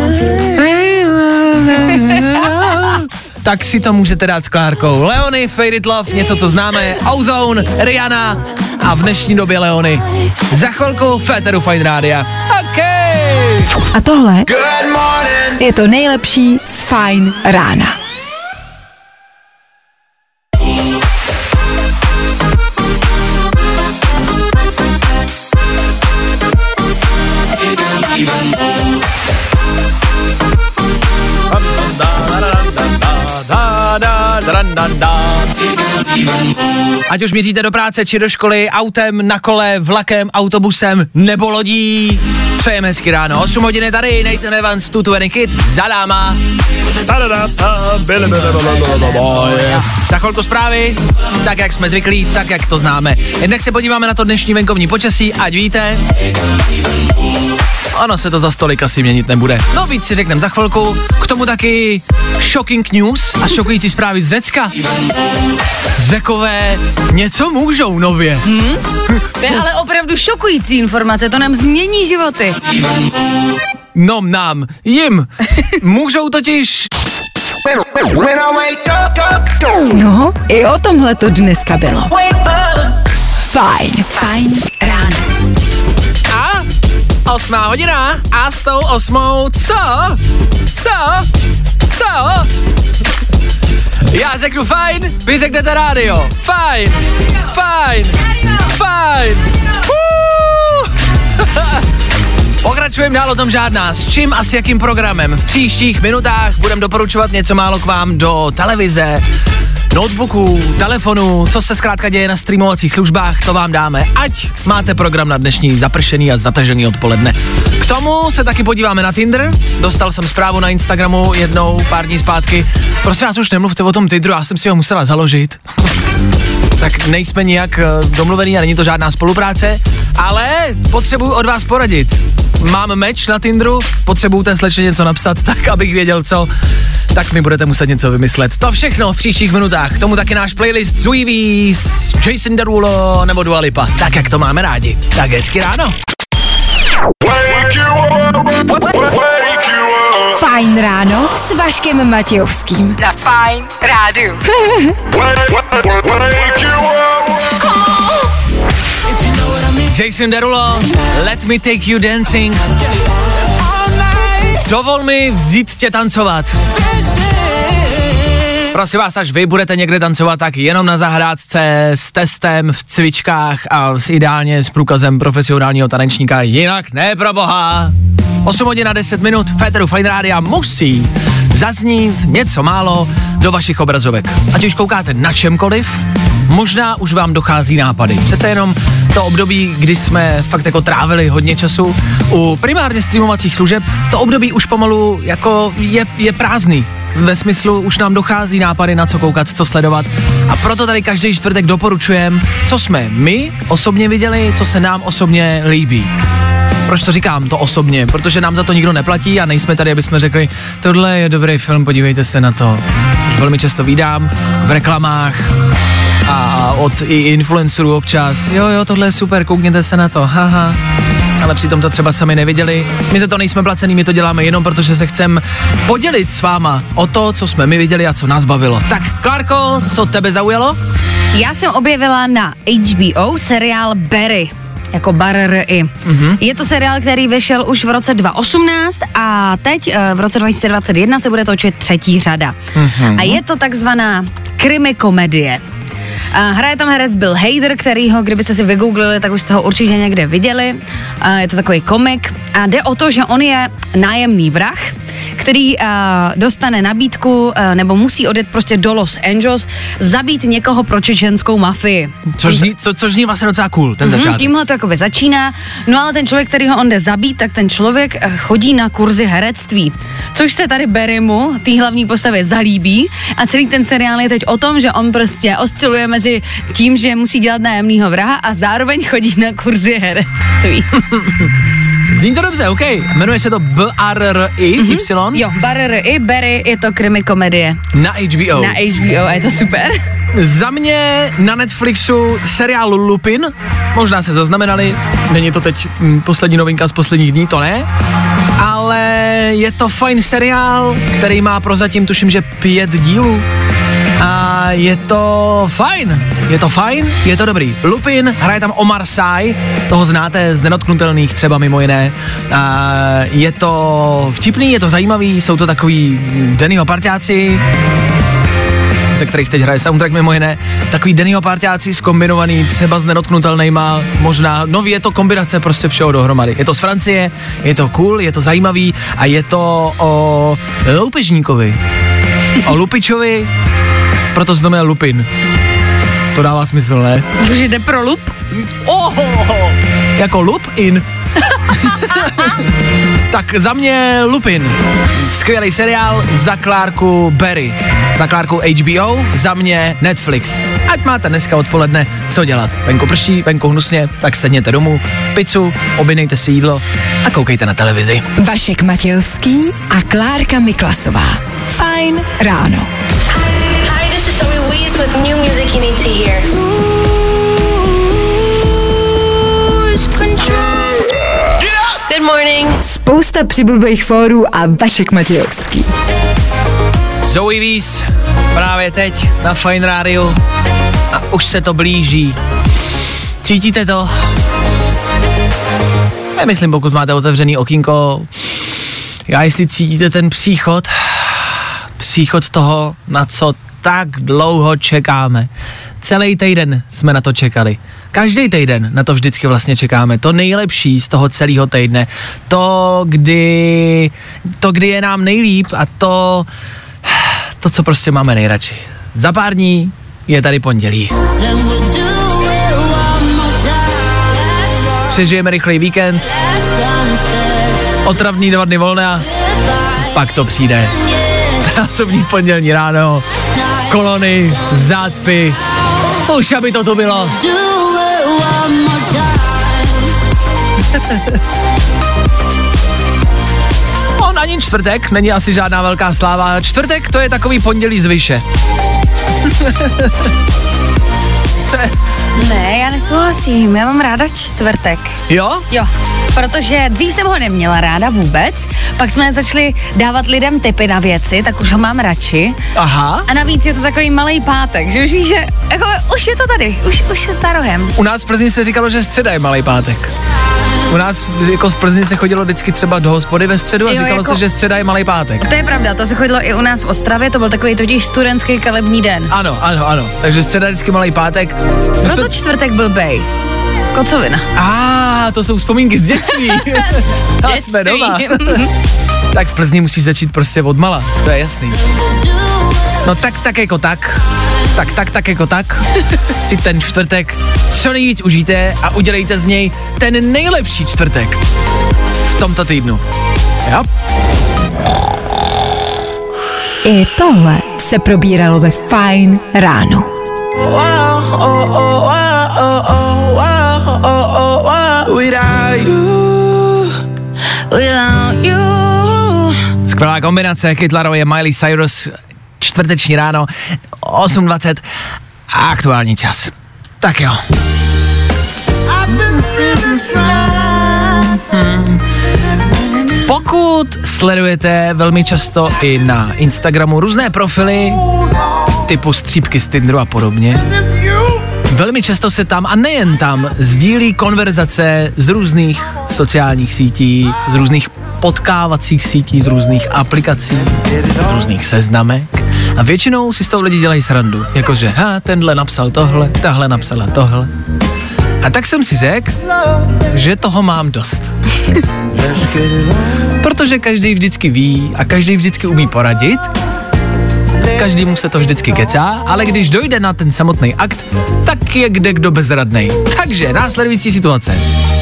Tak si to můžete dát s Klárkou. Leony, Fade It Love, něco, co známe. Ozone, Rihanna a v dnešní době Leony. Za chvilku Féteru Fajn rádia. OK. A tohle je to nejlepší z Fajn rána. Ať už míříte do práce, či do školy, autem, na kole, vlakem, autobusem nebo lodí, přejeme hezky ráno. osm hodin je tady, Nathan Evans, Tutu Any Kid, za náma. Za chvilku zprávy, tak jak jsme zvyklí, tak jak to známe. Jednak se podíváme na to dnešní venkovní počasí, ať víte. Ono se to za stolik asi měnit nebude. No víc si řekneme za chvilku. K tomu taky shocking news a šokující zprávy z Řecka. Řekové něco můžou nově. Hmm? To je ale opravdu šokující informace, to nám změní životy. No nám, jim. Můžou totiž... No, i o tomhle to dneska bylo. Fajn. Fajn ráno. A? Osmá hodina a s tou osmou co? Co? Co? Já řeknu fajn, vy řeknete rádio. Fajn, fajn, fajn. Pokračujeme dál, o tom žádná. S čím a s jakým programem? V příštích minutách budeme doporučovat něco málo k vám do televize, notebooků, telefonů, co se zkrátka děje na streamovacích službách, to vám dáme, ať máte program na dnešní zapršený a zatažený odpoledne. K tomu se taky podíváme na Tinder, dostal jsem zprávu na Instagramu jednou, pár dní zpátky. Prosím vás, už nemluvte o tom Tinderu, já jsem si ho musela založit. Tak nejsme nijak domluvený a není to žádná spolupráce, ale potřebuji od vás poradit. Mám meč na Tinderu, potřebuju té slečně něco napsat, tak abych věděl co, tak mi budete muset něco vymyslet. To všechno v příštích minutách, k tomu taky náš playlist z Weevies, Jason Derulo nebo Dua Lipa, tak jak to máme rádi. Tak hezky ráno. Fajn ráno s Vaškem Matějovským. Na Fajn rádiu. Jason Derulo, Let Me Take You Dancing. Dovol mi vzít tě tancovat. Prosím vás, až vy budete někde tancovat, tak jenom na zahrádce, s testem, v cvičkách a s ideálně s průkazem profesionálního tanečníka, jinak ne pro boha. osm hodin a deset minut, Féteru Fajn rádia musí zaznít něco málo do vašich obrazovek. Ať už koukáte na čemkoliv, možná už vám dochází nápady. Přece jenom to období, kdy jsme fakt jako trávili hodně času u primárně streamovacích služeb, to období už pomalu jako je, je prázdný. Ve smyslu už nám dochází nápady na co koukat, co sledovat a proto tady každý čtvrtek doporučujeme, co jsme my osobně viděli, co se nám osobně líbí. Proč to říkám, to osobně? Protože nám za to nikdo neplatí a nejsme tady, aby jsme řekli, tohle je dobrý film, podívejte se na to. Už velmi často vídám v reklamách a od i influencerů občas. Jo, jo, tohle je super, koukněte se na to, haha. Ale přitom to třeba sami neviděli. My za to nejsme placený, my to děláme jenom protože se chcem podělit s váma o to, co jsme my viděli a co nás bavilo. Tak, Klárko, co tebe zaujalo? Já jsem objevila na H B O seriál Barry. Jako Barry. Mm-hmm. Je to seriál, který vyšel už v roce dva tisíce osmnáct a teď v roce dva tisíce dvacet jedna se bude točit třetí řada. Mm-hmm. A je to takzvaná krimi komedie. A hraje tam herec Bill Hader, kterýho, kdybyste si vygooglili, tak už jste ho určitě někde viděli. A je to takový komik a jde o to, že on je nájemný vrah, který uh, dostane nabídku uh, nebo musí odjet prostě do Los Angeles zabít někoho pro čečenskou mafii. Což zní, co, což zní vlastně docela cool, ten mm-hmm, začátek. Tímhle to jakoby začíná, no ale ten člověk, který ho on jde zabít, tak ten člověk uh, chodí na kurzy herectví, což se tady Barrymu, té hlavní postavě, zalíbí a celý ten seriál je teď o tom, že on prostě osciluje mezi tím, že musí dělat nájemnýho vraha a zároveň chodí na kurzy herectví. Zní to dobře, OK. Jmenuje se to B R R I, mm-hmm. Y? Jo, B R R I, Barry, je to krimi komedie. Na H B O. Na H B O, a je to super. Za mě na Netflixu seriál Lupin, možná se zaznamenali, není to teď m, poslední novinka z posledních dní, to ne, ale je to fajn seriál, který má prozatím tuším, že pět dílů. A je to fajn, je to fajn, je to dobrý. Lupin, hraje tam Omar Sy, toho znáte z Nedotknutelných třeba mimo jiné. A je to vtipný, je to zajímavý, jsou to takový Dannyho parťáci, ze kterých teď hraje soundtrack mimo jiné, takový Dannyho parťáci zkombinovaný třeba s Nedotknutelnejma, možná, no je to kombinace prostě všeho dohromady. Je to z Francie, je to cool, je to zajímavý a je to o loupežníkovi, o lupičovi, proto se to jmenuje Lupin. To dává smysl, ne? Už jde pro lup? Oh, jako Lupin. Tak za mě Lupin. Skvělý seriál za Klárku Berry. Za Klárku H B O, za mě Netflix. Ať máte dneska odpoledne co dělat. Venku prší, venku hnusně, tak sedněte domů, pizzu, objednejte si jídlo a koukejte na televizi. Vašek Matějovský a Klárka Miklasová. Fajn ráno. Hi, this is Zoe Wees with new music you need to hear. Good morning. Spousta přibulbých fórů a Vašek Matějovský. Zoe Wees právě teď na Fajn rádiu a už se to blíží. Cítíte to? Já myslím, pokud máte otevřený okýnko, já jestli cítíte ten příchod, příchod toho, na co tak dlouho čekáme. Celý týden jsme na to čekali. Každý týden na to vždycky vlastně čekáme. To nejlepší z toho celého týdne. To, kdy, to, kdy je nám nejlíp a to, to, co prostě máme nejradši. Za pár dní je tady pondělí. Přežijeme rychlej víkend, otravný dva dny volna, pak to přijde. Pracovní pondělní ráno, kolony, zácpy, už aby to tu bylo. On ani čtvrtek, není asi žádná velká sláva. Čtvrtek to je takový pondělí zvyše. Ne, já nesouhlasím, já mám ráda čtvrtek. Jo? Jo, protože dřív jsem ho neměla ráda vůbec, pak jsme začali dávat lidem tipy na věci, tak už ho mám radši. Aha. A navíc je to takový malej pátek, že už víš, že jako, už je to tady, už, už je za rohem. U nás v Plzni se říkalo, že středa je malej pátek. U nás jako z Plzni se chodilo vždycky třeba do hospody ve středu a Jo, říkalo jako- se, že středa je malej pátek. To je pravda, to se chodilo i u nás v Ostravě, to byl takový totiž studentský kalební den. Ano, ano, ano. Takže středa je vždycky malej pátek. My Proto jsme- čtvrtek byl bej. Kocovina. A ah, to jsou vzpomínky z dětství. A jsme doma. Tak v Plzni musíš začít prostě od mala, to je jasný. No tak, tak jako tak, tak, tak, tak jako tak, si ten čtvrtek co nejvíc užijte a udělejte z něj ten nejlepší čtvrtek v tomto týdnu. Jo? I tohle se probíralo ve Fajn ráno. Skvělá kombinace, Kid Laroi je Miley Cyrus, čtvrteční ráno, osm dvacet a aktuální čas. Tak jo. Hmm. Pokud sledujete velmi často i na Instagramu různé profily typu střípky z Tinderu a podobně, velmi často se tam a nejen tam sdílí konverzace z různých sociálních sítí, z různých potkávacích sítí, z různých aplikací, z různých seznamek a většinou si z toho lidi dělají srandu, jakože ha, tenhle napsal tohle, tahle napsala tohle. A tak jsem si řekl, že toho mám dost. Protože každý vždycky ví a každý vždycky umí poradit, každému se to vždycky kecá, ale když dojde na ten samotný akt, tak je kde kdo bezradnej. Takže následující situace.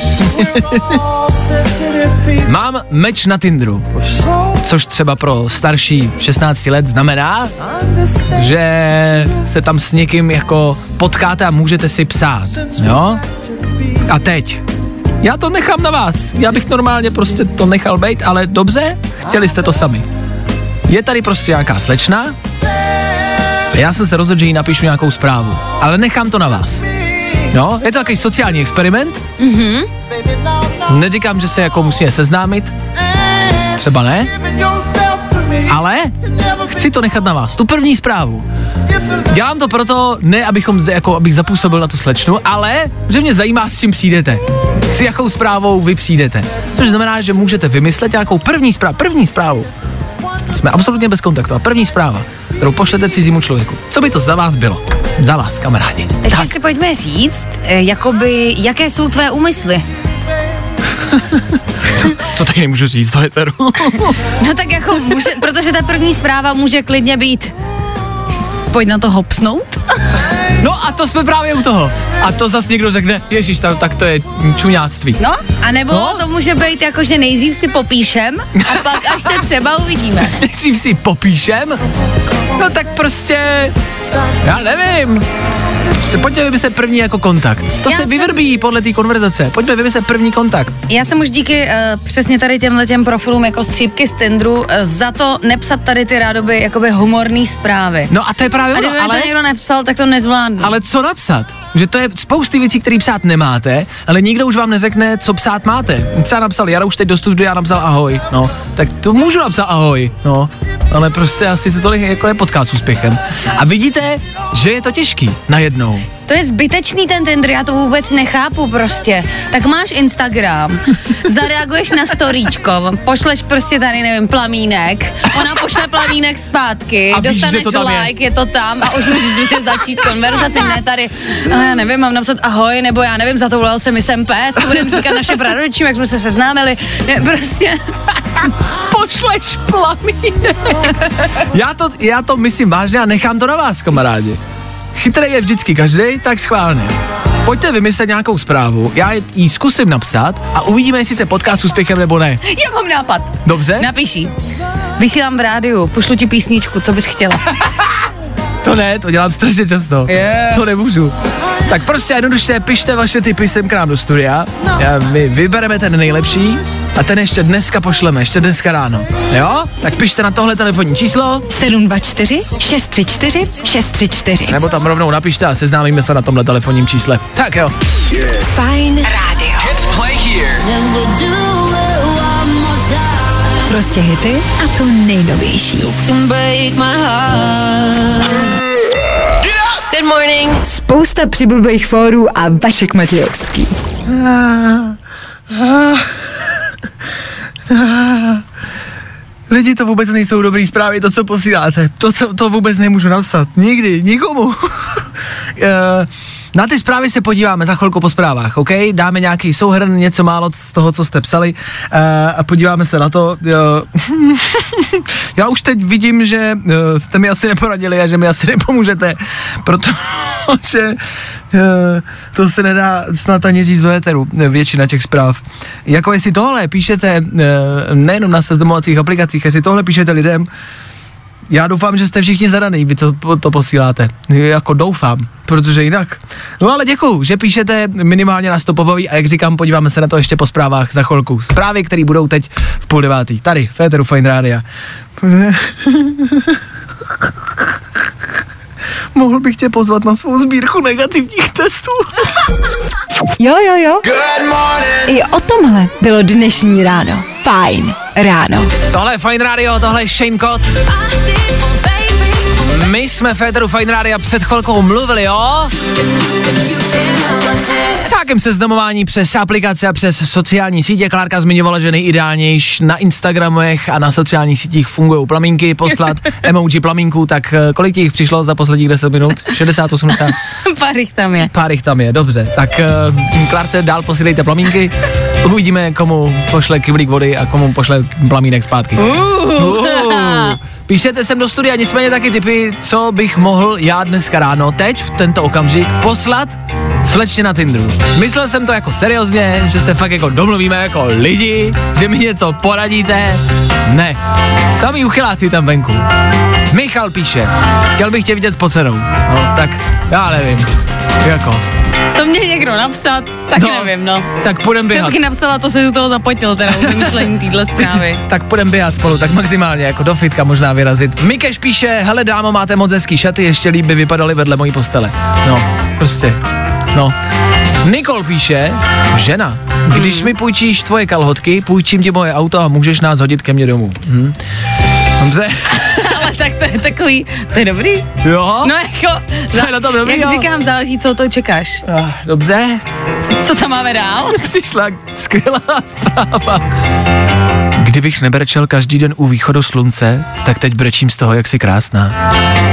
Mám meč na Tinderu, což třeba pro starší šestnáct let znamená, že se tam s někým jako potkáte a můžete si psát, jo? A teď, já to nechám na vás, já bych normálně prostě to nechal bejt, ale dobře, chtěli jste to sami. Je tady prostě nějaká slečna a já jsem se rozhodl, že jí napíšu nějakou zprávu, ale nechám to na vás. No, je to takový sociální experiment. Mhm. Neříkám, že se jako musíme seznámit, třeba ne, ale chci to nechat na vás, tu první zprávu. Dělám to proto, ne abychom, jako, abych zapůsobil na tu slečnu, ale že mě zajímá, s čím přijdete. S jakou zprávou vy přijdete. Což znamená, že můžete vymyslet nějakou první zprávu, první zprávu. Jsme absolutně bez kontaktu a první zpráva, kterou pošlete cizímu člověku. Co by to za vás bylo? Za vás, kamarádi. Ještě Tak. si pojďme říct, eh, jakoby, jaké jsou tvé úmysly. to, to tady nemůžu říct, to je teru. No tak jako, může, protože ta první zpráva může klidně být pojď na to hopsnout. No a to jsme právě u toho. A to zas někdo řekne, ježiš, tak, tak to je čuňáctví. No, anebo No. to může být jako, že nejdřív si popíšem a pak až se třeba uvidíme. Nejdřív si popíšem? No tak prostě, já nevím. Prostě pojďme vymyslet první jako kontakt. To Já se jsem- vyvrbí podle té konverzace. Pojďme vymyslet první kontakt. Já jsem už díky uh, přesně tady těmhle těm profilům jako střípky z Tinderu uh, za to nepsat tady ty rádoby jakoby humorný zprávy. No a to je právě A ono, kdyby ale... to někdo nepsal, tak to nezvládnu. Ale co napsat? Že to je spousty věcí, které psát nemáte, ale nikdo už vám neřekne, co psát máte. Třeba napsal, Jara už teď do studia napsal ahoj, no, tak to můžu napsat ahoj, no, ale prostě asi se to jako nepotká s úspěchem. A vidíte, že je to těžký najednou. To je zbytečný ten Tinder, já to vůbec nechápu prostě. Tak máš Instagram, zareaguješ na storíčko, pošleš prostě tady, nevím, plamínek, ona pošle plamínek zpátky, A víš, že dostaneš to tam je. like, je. je to tam a už musíš prostě začít konverzaci, ne tady, a já nevím, mám napsat ahoj, nebo já nevím, zatoulal se mi sem pes, to budeme říkat naše prarodičům, jak jsme se seznámili, ne, prostě. Pošleš plamínek. já, to, já to myslím vážně a nechám to na vás, kamarádi. Chytrý je vždycky každý, tak schválně. Pojďte vymyslet nějakou zprávu, já ji zkusím napsat a uvidíme, jestli se potká s úspěchem nebo ne. Já mám nápad. Dobře? Napíši. Vysílám v rádiu, pošlu ti písničku, co bys chtěla. To ne, to dělám strašně často. Yeah. To nemůžu. Tak prostě jednoduše pište vaše tipy sem k nám do studia. Já, my vybereme ten nejlepší a ten ještě dneska pošleme, ještě dneska ráno. Jo? Tak pište na tohle telefonní číslo. sedm dva čtyři šest tři čtyři šest tři čtyři. Nebo tam rovnou napište a seznámíme se na tomhle telefonním čísle. Tak jo. Fajn rádio. Hits play here. Prostě hity a to nejnovější. Good morning. Spousta přibulbých fórů a Vašek Matějovský. Lidi, to vůbec nejsou dobrý zprávy, to, co posíláte. To, co, to vůbec nemůžu napsat. Nikdy, nikomu. Eh, Na ty zprávy se podíváme za chvilku po zprávách, OK? Dáme nějaký souhrn, něco málo z toho, co jste psali uh, a podíváme se na to. Uh, já už teď vidím, že uh, jste mi asi neporadili a že mi asi nepomůžete, protože uh, to se nedá snad ani říct do éteru, většina těch zpráv. Jako jestli tohle píšete uh, nejenom na seznamovacích aplikacích, jestli tohle píšete lidem, já doufám, že jste všichni zadaný, vy to, to posíláte. Jako doufám, protože jinak. No ale děkuju, že píšete, minimálně nás to pobaví a jak říkám, podíváme se na to ještě po zprávách za chvilku. Zprávy, které budou teď v půl devátý. Tady, v éteru Fajn rádia. Mohl bych tě pozvat na svou sbírku negativních testů. Jo, jo, jo. Good morning. I o tomhle bylo dnešní ráno. Fajn ráno. Tohle je Fajn rádio, tohle je Shane Cott. My jsme v éteru Fajn rádia před chvilkou mluvili, jo? Nějakém seznamování přes aplikace a přes sociální sítě. Klárka zmiňovala, že nejideálnější na Instagramech a na sociálních sítích fungují plamínky, poslat emoji plamínků, tak kolik těch přišlo za posledních deset minut? šedesát, osmdesát? Pár jich tam je. Pár jich tam je, dobře. Tak uh, Klárce dál posílejte plamínky, uvidíme, komu pošle kyblík vody a komu pošle plamínek zpátky. Uh. Uh. Píšete sem do studia, nicméně taky tipy, co bych mohl já dneska ráno, teď, v tento okamžik, poslat slečně na Tinderu. Myslel jsem to jako seriózně, že se fakt jako domluvíme jako lidi, že mi něco poradíte. Ne, sami uchyláci tam venku. Michal píše, chtěl bych tě vidět pod cenou. No, tak já nevím, jako. To mě někdo napsat, tak No, nevím, no. Tak půjdem Já běhat. bych napsala, to se u toho zapotil, teda u vymyšlení týhle zprávy. Tak půjdem běhat spolu, tak maximálně jako do fitka možná vyrazit. Mikeš píše, hele dámo, máte moc hezký šaty, ještě líp by vypadaly vedle mojí postele. No, prostě, no. Nikol píše, žena, když Hmm. mi půjčíš tvoje kalhotky, půjčím ti moje auto a můžeš nás hodit ke mně domů. Hm? Dobře. Ale tak to je takový, to je dobrý. Jo? No jako, Co je na tom dobrý, jak jo? říkám, záleží, co to čekáš. Ah, dobře. Co tam máme dál? Přišla skvělá zpráva. Kdybych nebrečel každý den u východu slunce, tak teď brečím z toho, jak jsi krásná.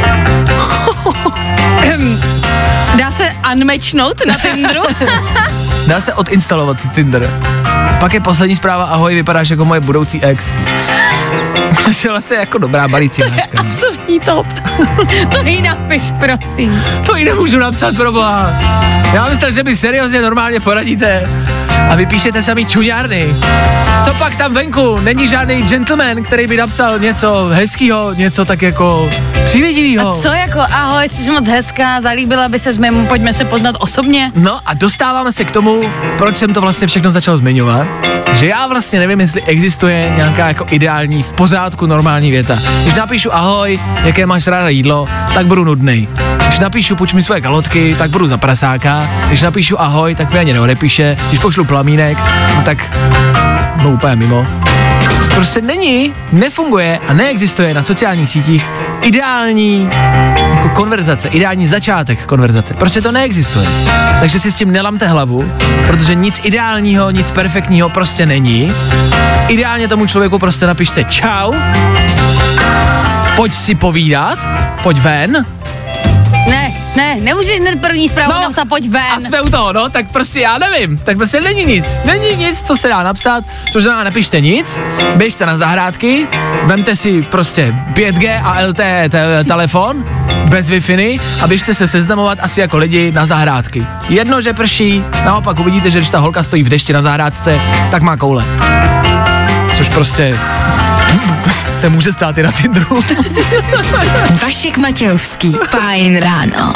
Dá se unmatchnout na Tinderu? Dá se odinstalovat Tinder. Pak je poslední zpráva, ahoj, vypadáš jako moje budoucí ex. Což je vlastně jako dobrá balící hláška. Absolutní top. To jí napiš, prosím. To jí nemůžu napsat, proboha. Já myslel, že mi seriózně normálně poradíte a vy píšete sami čuňárny. Co pak tam venku? Není žádný gentleman, který by napsal něco hezkýho, něco tak jako přívětivýho. A co jako, ahoj, jsi moc hezká, zalíbila by se s mým, pojďme se poznat osobně. No a dostáváme se k tomu, proč jsem to vlastně všechno začal zmiňovat, že já vlastně nevím, jestli existuje nějaká jako ideální, v pořádku normální věta. Když napíšu ahoj, jaké máš ráda jídlo, tak budu nudnej. Když napíšu půjč mi svoje kalotky, tak budu za prasáka. Když napíšu ahoj, tak mi ani neodepíše. Když pošlu plamínek, no tak no úplně mimo. Prostě není, nefunguje a neexistuje na sociálních sítích ideální jako konverzace, ideální začátek konverzace. Prostě to neexistuje. Takže si s tím nelamte hlavu, protože nic ideálního, nic perfektního prostě není. Ideálně tomu člověku prostě napište čau, pojď si povídat, pojď ven. Ne, ne, nemůžeš hned první zprávu No, napsat, pojď ven. A jsme u toho, no, tak prostě já nevím, tak prostě není nic, není nic, co se dá napsat, to znamená, napište nic, běžte na zahrádky, vemte si prostě pět G a L T E te- telefon, bez Wi-Fi a běžte se seznamovat asi jako lidi na zahrádky. Jedno, že prší, naopak uvidíte, že když ta holka stojí v dešti na zahrádce, tak má koule. Což prostě se může stát i na Tinderu. Vašek Matějovský, Fajn ráno.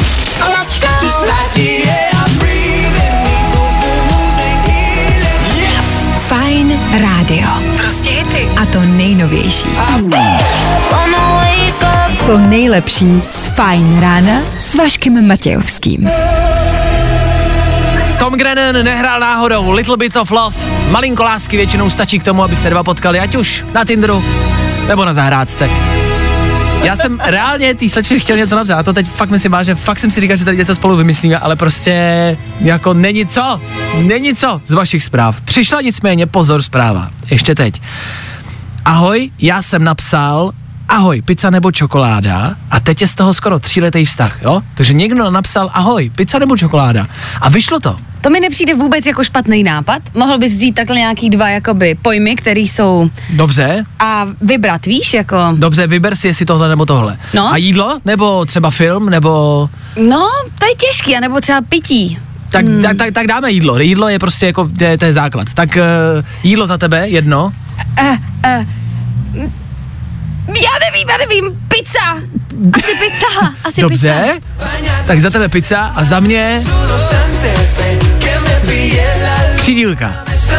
Fajn rádio. Prostě hity. A to nejnovější. To nejlepší z Fajn rána s Vaškem Matějovským. Tom Grennan nehrál náhodou Little Bit of Love. Malinko lásky většinou stačí k tomu, aby se dva potkali, ať už na Tinderu nebo na zahrádce. Já jsem reálně tý slečně chtěl něco napsat a to teď fakt myslím vážně, fakt jsem si říkal, že tady něco spolu vymyslíme, ale prostě jako není co, není co z vašich zpráv. Přišla nicméně, pozor, zpráva, ještě teď. Ahoj, já jsem napsal ahoj, pizza nebo čokoláda a teď je z toho skoro tříletý vztah, jo? Takže někdo napsal ahoj, pizza nebo čokoláda a vyšlo to. To mi nepřijde vůbec jako špatný nápad. Mohl bys vzít takhle nějaký dva jakoby pojmy, které jsou... Dobře. A vybrat, víš, jako... Dobře, vyber si, jestli tohle nebo tohle. No. A jídlo? Nebo třeba film? Nebo... No, to je těžký, anebo třeba pití. Tak, hmm. tak, tak, tak dáme jídlo. Jídlo je prostě jako, to je, to je základ. Tak uh, jídlo za tebe, jedno. Uh, uh, já nevím, já nevím, pizza. Asi pizza, asi Dobře, pizza. tak za tebe pizza a za mě... Křídílka.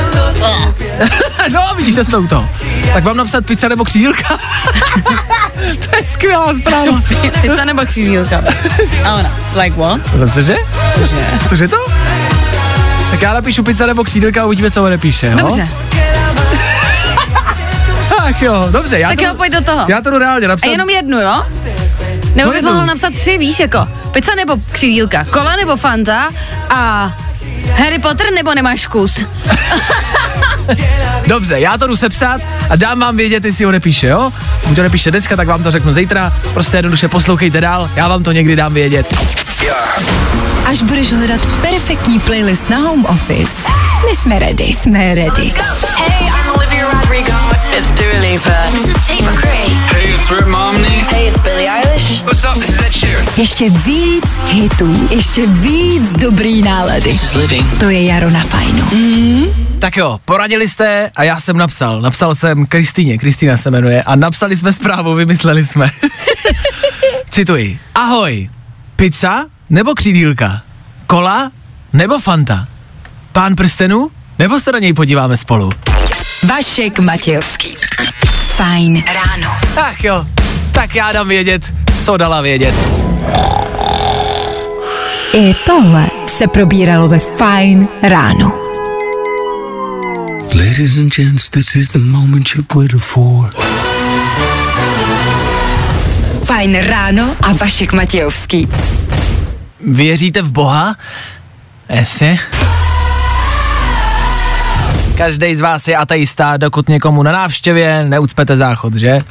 No, vidíš, že jsme u toho. Tak mám napsat pizza nebo křídílka? To je skvělá zpráva. Pizza nebo křídílka? A ona, like what? Cože? Cože? Cože to? Tak já napíšu pizza nebo křídílka a uvidíme, co on nepíše, jo? Dobře. Tak jo, dobře. Já tak to, jo, pojď do toho. Já to jdu reálně napsat. A jenom jednu, jo? Nebo bys mohl napsat tři, víš, jako pizza nebo křídílka, kola nebo Fanta a Harry Potter nebo nemáš kus? Dobře, já to jdu sepsat a dám vám vědět, jestli ho nepíše, jo? Když to nepíše dneska, tak vám to řeknu zítra. Prostě jednoduše poslouchejte dál, já vám to někdy dám vědět. Až budeš hledat perfektní playlist na home office, my jsme ready, jsme ready. Hey, I'm Olivia Rodrigo. It's Dua Lipa. This is Tate McRae. Hey, it's Rip Momney. Hey, it's Billie Eilish. What's up? This is Ed Sheeran. Ještě víc hitů, ještě víc dobrý nálady. This is Living. To je jaro na Fajnu. Mm. Tak jo, poradili jste a já jsem napsal. Napsal jsem Kristýně, Kristýna se jmenuje a napsali jsme zprávu, vymysleli jsme. Cituji. Ahoj, pizza nebo křídílka? Kola nebo Fanta? Pán prstenů? Nebo se na něj podíváme spolu? Vašek Matějovský. Fajn ráno. Ach jo, tak já dám vědět, co dala vědět. I tohle se probíralo ve Fajn ráno. Ladies and gents, this is the moment you've waited for. Fajn ráno a Vašek Matějovský. Věříte v Boha? Jestli? Každý z vás je ateista, dokud někomu na návštěvě neucpete záchod, že?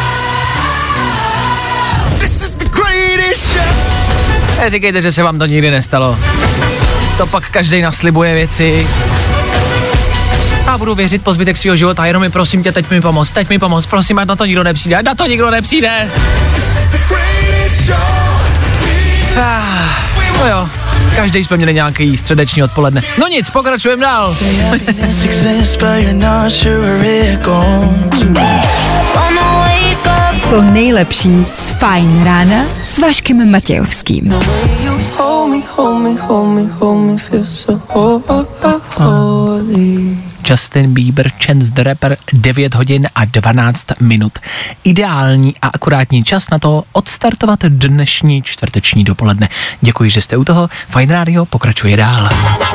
Neříkejte, že se vám to nikdy nestalo. To pak každý naslibuje věci A budu věřit po zbytek svého života, jenom mi prosím tě, teď mi pomoct, teď mi pomoct, prosím, ať na to nikdo nepřijde, ať na to nikdo nepřijde. Ah, no jo, každý jsme měli nějaký středeční odpoledne. No nic, pokračujeme dál. To nejlepší z Fajn rána s Vaškem Matějovským. Justin Bieber, Chance the Rapper, devět hodin a dvanáct minut. Ideální a akurátní čas na to odstartovat dnešní čtvrteční dopoledne. Děkuji, že jste u toho. Fajn rádio pokračuje dál.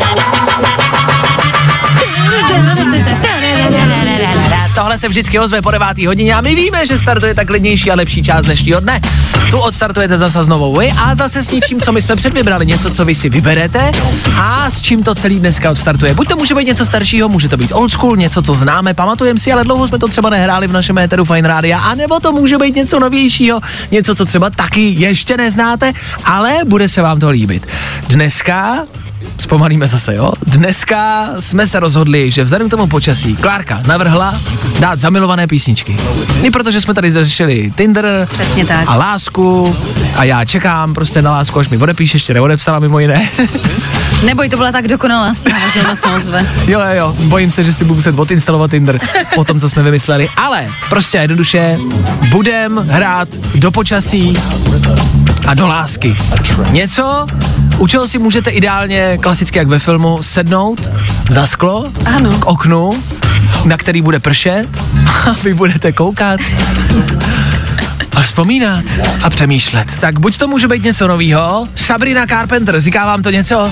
Tohle se vždycky ozve po devátý hodině a my víme, že startuje ta klidnější a lepší část dnešního dne. Tu odstartujete zase znovu vy a zase s něčím, co my jsme předvybrali, něco, co vy si vyberete a s čím to celý dneska odstartuje. Buď to může být něco staršího, může to být old school, něco, co známe, pamatujeme si, ale dlouho jsme to třeba nehráli v našem éteru Fajn rádia, anebo to může být něco novějšího, něco, co třeba taky ještě neznáte, ale bude se vám to líbit. Dneska zpomalíme zase, jo? Dneska jsme se rozhodli, že vzhledem k tomu počasí Klárka navrhla dát zamilované písničky. I protože jsme tady zařešili Tinder a lásku a já čekám prostě na lásku, až mi odepíše, ještě neodepsala mimo jiné. Neboj, to byla tak dokonalá zpráva, že ona se ozve. Jo, jo, jo, bojím se, že si budu muset odinstalovat Tinder po tom, co jsme vymysleli, ale prostě jednoduše budem hrát do počasí a do lásky. Něco, u čeho si můžete ideálně, klasicky jak ve filmu, sednout za sklo, ano, k oknu, na který bude pršet a vy budete koukat a vzpomínat a přemýšlet. Tak buď to může být něco novýho, Sabrina Carpenter, říká vám to něco?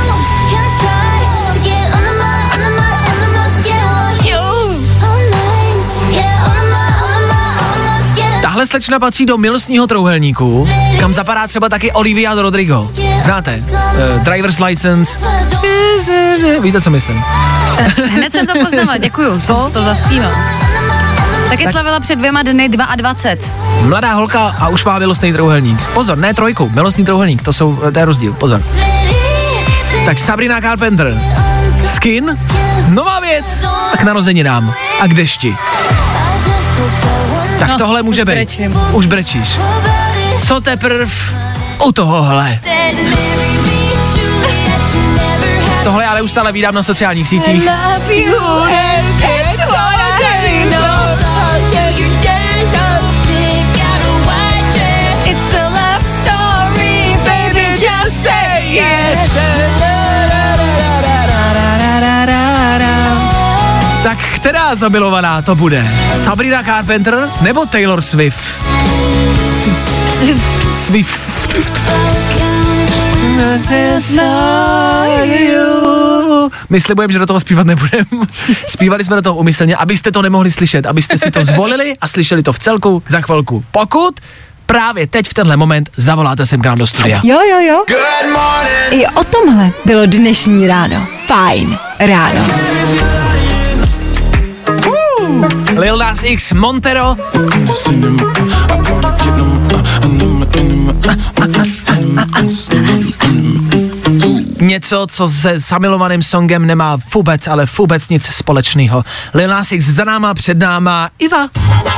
Tahle slečna patří do milostního trouhelníku, kam zapadá třeba taky Olivia Rodrigo. Znáte? Uh, Driver's License. Víte, co myslím? Hned jsem to poznala, děkuju, že jsi to zaspíval. Taky tak slavila před dvěma dny dvacet dva. Mladá holka a už má milostný trouhelník. Pozor, ne trojku, milostný trouhelník, to jsou, to je rozdíl, pozor. Tak Sabrina Carpenter, Skin, nová věc a k narozeninám a k dešti. Tak no, tohle může být. Brečím. Už brečíš. Co teprv u tohohle? Tohle já neustále vídám na sociálních sítích. Tak která zamilovaná to bude? Sabrina Carpenter nebo Taylor Swift? Swift. Swift. My slibujeme, že do toho zpívat nebudeme. Zpívali jsme do toho umyslně, abyste to nemohli slyšet, abyste si to zvolili a slyšeli to v celku za chvilku. Pokud právě teď v tenhle moment zavoláte sem k nám do studia. Jo, jo, jo. I o tomhle bylo dnešní ráno. Fajn ráno. Uh, Lil Nas X, Montero. Něco, co se zamilovaným songem nemá vůbec, ale vůbec nic společného. Lil Nas X za náma, před náma Iva.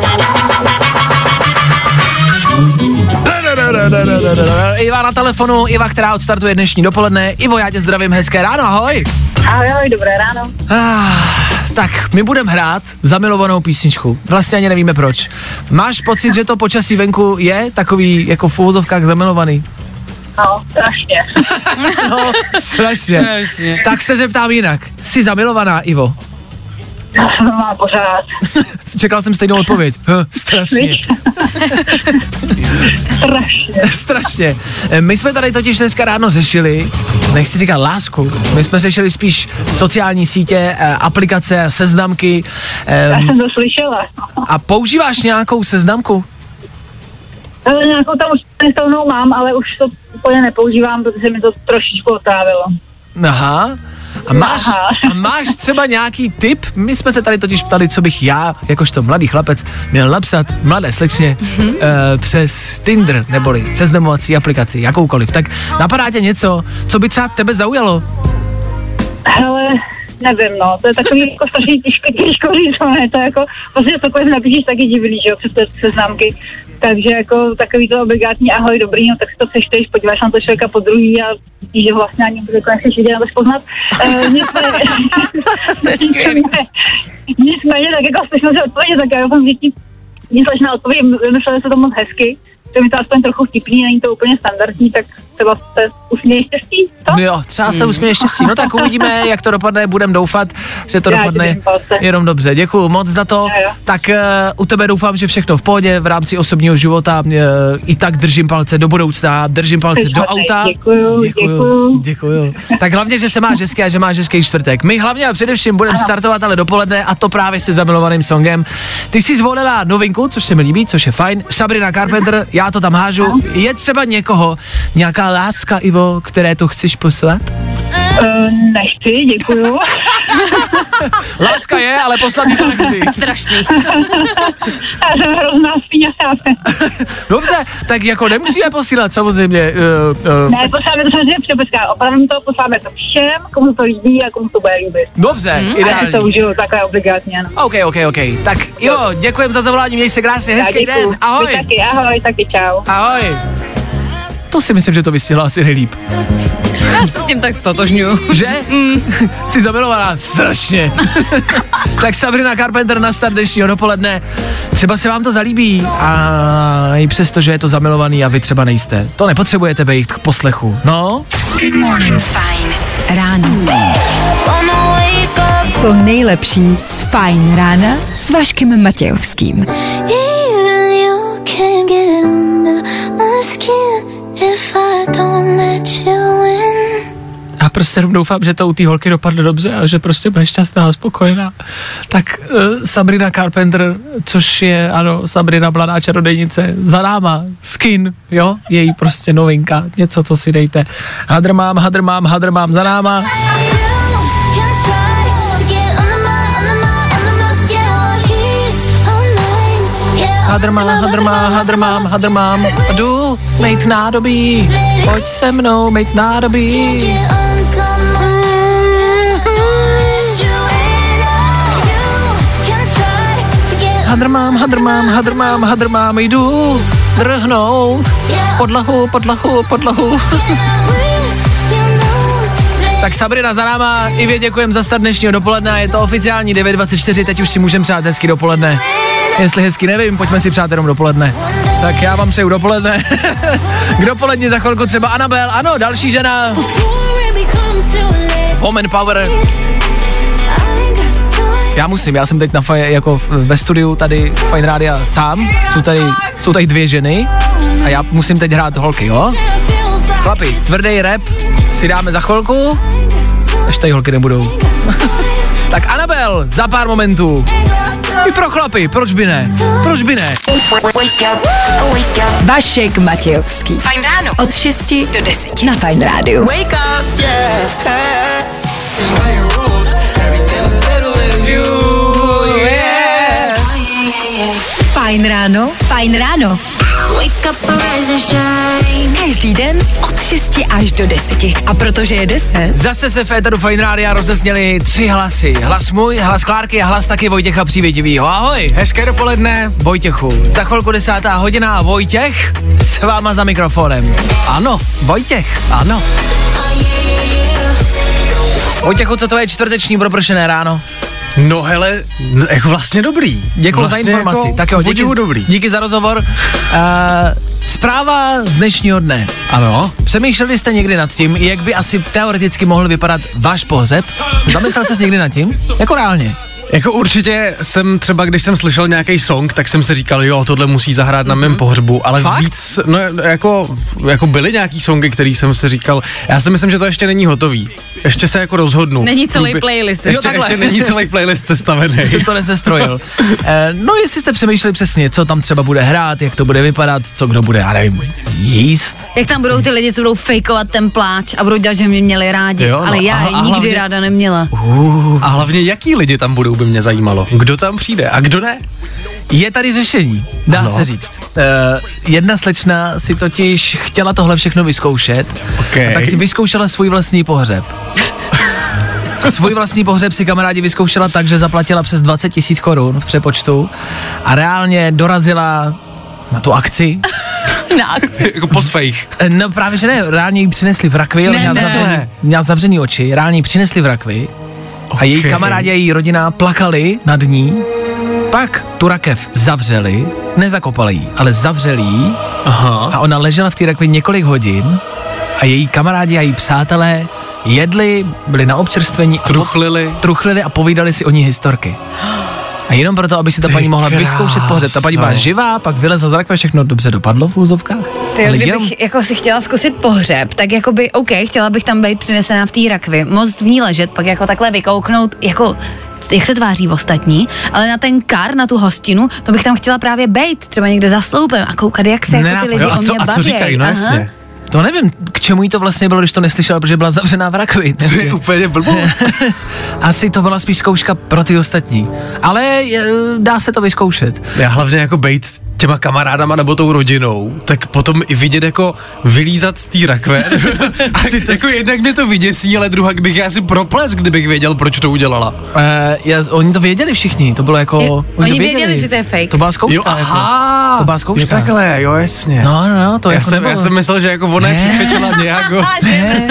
Iva na telefonu, Iva, která odstartuje dnešní dopoledne. Ivo, já tě zdravím, hezké ráno, ahoj. Ahoj, ahoj, dobré ráno. Ah, tak, my budeme hrát zamilovanou písničku. Vlastně ani nevíme proč. Máš pocit, že to počasí venku je takový jako v úvozovkách zamilovaný? No, strašně. No, strašně. Tak se zeptám jinak. Jsi zamilovaná, Ivo? Má pořád. Čekal jsem stejnou odpověď. Huh, strašně. Strašně. Strašně. My jsme tady totiž dneska ráno řešili, nechci říkat lásku, my jsme řešili spíš sociální sítě, aplikace, seznamky. Já jsem to slyšela. A používáš nějakou seznamku? Ale nějakou tam už nestovnou mám, ale už to úplně nepoužívám, protože mi to trošičku otávilo. Aha. A máš, a máš třeba nějaký tip? My jsme se tady totiž ptali, co bych já, jakožto mladý chlapec, měl napsat mladé slečně mm-hmm. uh, přes Tinder, neboli seznamovací aplikaci, jakoukoliv. Tak napadá tě něco, co by třeba tebe zaujalo? Hele, nevím, no, to je takový jako strašně těžko, těžko říct, ne, to je jako, vlastně cokoliv napíšeš, tak je divný, že jo, přes ty seznamky, takže jako takový to obligátní ahoj, dobrý, no, tak si to přečteš, podíváš na to člověka po druhý a vidíš, že vlastně ani jako nechceš vidět na to poznat. Uh, nicméně, nicméně, tak jako slyšel se odpovědět, tak já jsem děti, nic slečná odpověď, vymysleli se to moc hezky, to mi to aspoň trochu vtipný, není to úplně standardní, tak třeba se usměje štěstí, co? Jo, třeba se usměje štěstí, no tak uvidíme, jak to dopadne, budem doufat, že to Já dopadne jenom dobře. Děkuju moc za to, Já, jo. tak uh, u tebe doufám, že všechno v pohodě v rámci osobního života, uh, i tak držím palce do budoucna, držím palce do auta. Děkuju, děkuju. Děkuju. Tak hlavně, že se máš hezky a že máš hezký čtvrtek. My hlavně a především budeme startovat ale dopoledne a to právě se zamilovaným songem. Ty jsi zvolila novinku, což se mi líbí, což je fajn, Sabrina Carpenter, já to tam hážu. Je třeba někoho, nějaká láska, Ivo, které to chceš poslat? Uh, nechci, děkuju. Láska je, ale poslat jí to nechci. Strašný. Já jsem hrozná svíňa. Dobře, tak jako nemusíme posílat samozřejmě. Uh, uh, Ne, posláme to samozřejmě přepeská. Opravdu to posláme to všem, komu to líbí a komu to bude líbit. Dobře, hmm. A ideální. já to užiju takhle obligátně, ano. OK, OK, OK. Tak Ivo, děkujem za zavolání, měj se krásně, hezký den. Ahoj. Vy taky, ahoj, taky čau. Ahoj. To si myslím, že to vystihla asi nejlíp. Já se s tím tak stotožňuju. Že? Mm. Jsi zamilovaná? Strašně. Tak Sabrina Carpenter na start dnešního dopoledne. Třeba se vám to zalíbí a i přesto, že je to zamilovaný a vy třeba nejste. To nepotřebujete být k poslechu. No? Good morning. Fajn ráno. To nejlepší z Fajn rána s Vaškem Matějovským. Já prostě doufám, že to u té holky dopadne dobře a že prostě bude šťastná a spokojená. Tak uh, Sabrina Carpenter, což je, ano, Sabrina mladá čarodejnice, za náma, Skin, jo, její prostě novinka, něco, co si dejte. Hadr mám, hadr mám, hadr mám za náma. Hadr mám, hadr mám, hadr mám, hadr mám, jdu mejt nádobí, pojď se mnou mejt nádobí. Hadr mám, hadr mám, hadr mám, hadr mám, jdu drhnout podlahu, podlahu, podlahu. Tak Sabrina za náma, Ivě děkujem za start dnešního dopoledne, je to oficiální devět dvacet čtyři, teď už si můžeme přát hezky dopoledne. Jestli hezky nevím, pojďme si přát jenom dopoledne. Tak já vám přeju dopoledne. K dopoledni za chvilku třeba Anabel, ano, další žena. Woman Power. Já musím, já jsem teď na faj, jako ve studiu tady Fajn Rádia sám, jsou tady, jsou tady dvě ženy a já musím teď hrát holky, jo? Chlapi, tvrdý rap si dáme za chvilku, až tady holky nebudou. Tak Anabel, za pár momentů. I pro chlapy, proč by ne? Proč by ne? Vašek Matějovský. Fajn ráno. Od šesti do deseti na Fajn rádiu. Wake up. Fajn ráno, fajn ráno. Každý den od šesti až do deseti. A protože je deset. Zase se v éteru Fajn Rádia rozesněly tři hlasy. Hlas můj, hlas Klárky a hlas taky Vojtěcha Přívětivýho. Ahoj, hezké dopoledne, Vojtěchu. Za chvilku desátá hodina a Vojtěch s váma za mikrofonem. Ano, Vojtěch, ano. Vojtěchu, co to je čtvrteční propršené ráno? No hele, jako vlastně dobrý. Děkuji vlastně za informaci. Jako tak jo, díky, dobrý. díky za rozhovor. Uh, zpráva z dnešního dne. Ano. Přemýšleli jste někdy nad tím, jak by asi teoreticky mohl vypadat váš pohřeb? Zamyslel jsi někdy nad tím? Jako reálně? Jako určitě jsem třeba, když jsem slyšel nějaký song, tak jsem si říkal, jo, tohle musí zahrát na mém pohřbu, ale Fakt? víc, no jako, jako byly nějaký songy, který jsem si říkal, já si myslím, že to ještě není hotový. Ještě se jako rozhodnu. Není celý Průbě- playlist. Ještě, Jo, ještě není celý playlist sestavený. Jsem to nesestrojil. eh, no jestli jste přemýšleli přesně, co tam třeba bude hrát, jak to bude vypadat, co kdo bude, já nevím, jíst. Jak tam budou ty lidi, co budou fejkovat ten pláč a budou dělat, že mě měli rádi, Jo, no, ale já a- je a nikdy hlavně- ráda neměla. Uh, a hlavně jaký lidi tam budou, by mě zajímalo. Kdo tam přijde a kdo ne? Je tady řešení, dá Ano. se říct. Uh, jedna slečna si totiž chtěla tohle všechno vyzkoušet, Okay. a tak si vyzkoušela svůj vlastní pohřeb. Svůj vlastní pohřeb si kamarádi vyzkoušela tak, že zaplatila přes dvacet tisíc korun v přepočtu a reálně dorazila na tu akci. Na akci. Jako po svých. No právě, že ne, reálně jí přinesli v rakvi, ne, měla, ne. zavřený, měla zavřený oči, reálně jí přinesli v rakvi okay. a její kamarádi a její rodina plakali nad ní, pak tu rakev zavřeli, nezakopali jí, ale zavřeli jí Aha. a ona ležela v té rakvi několik hodin a její kamarádi a její přátelé jedli, byli na občerstvení a truchlili. Po, truchlili a povídali si o ní historky. A jenom proto, aby si ta paní mohla kráso. vyzkoušet pohřeb. Ta paní byla živá, pak vylezla z rakve, všechno dobře dopadlo v úzovkách. Ty, kdybych jenom... jako si chtěla zkusit pohřeb, tak jako by, OK, chtěla bych tam být přinesená v té rakvi, moc v ní ležet, pak jako takhle vykouknout, jako jak se tváří v ostatní, ale na ten kar, na tu hostinu, to bych tam chtěla právě bejt, třeba někde za sloupem a koukat, jak se jako ty lidi jo, a o co, mě a co baví. říkají, no jasně. To nevím, k čemu jí to vlastně bylo, když to neslyšela, protože byla zavřená v rakvi. To je úplně blbost. Asi to byla spíš zkouška pro ty ostatní. Ale je, dá se to vyzkoušet. Já hlavně jako bejt těma kamarádama nebo tou rodinou, tak potom i vidět jako vylízat z té rakve. Asi jako jednak mě to vyděsí, ale druhá bych já asi proples, kdybych věděl, proč to udělala. Uh, já, oni to věděli všichni, to bylo jako... Je, oni oni to věděli, věděli, že to je fake. To byla zkouška. Jo, aha, jako, to byla zkouška. Jo, takhle, jo, jasně. No, no, no, to já jako jsem, já jsem myslel, že jako ona je přesvědčila nějak. Ne,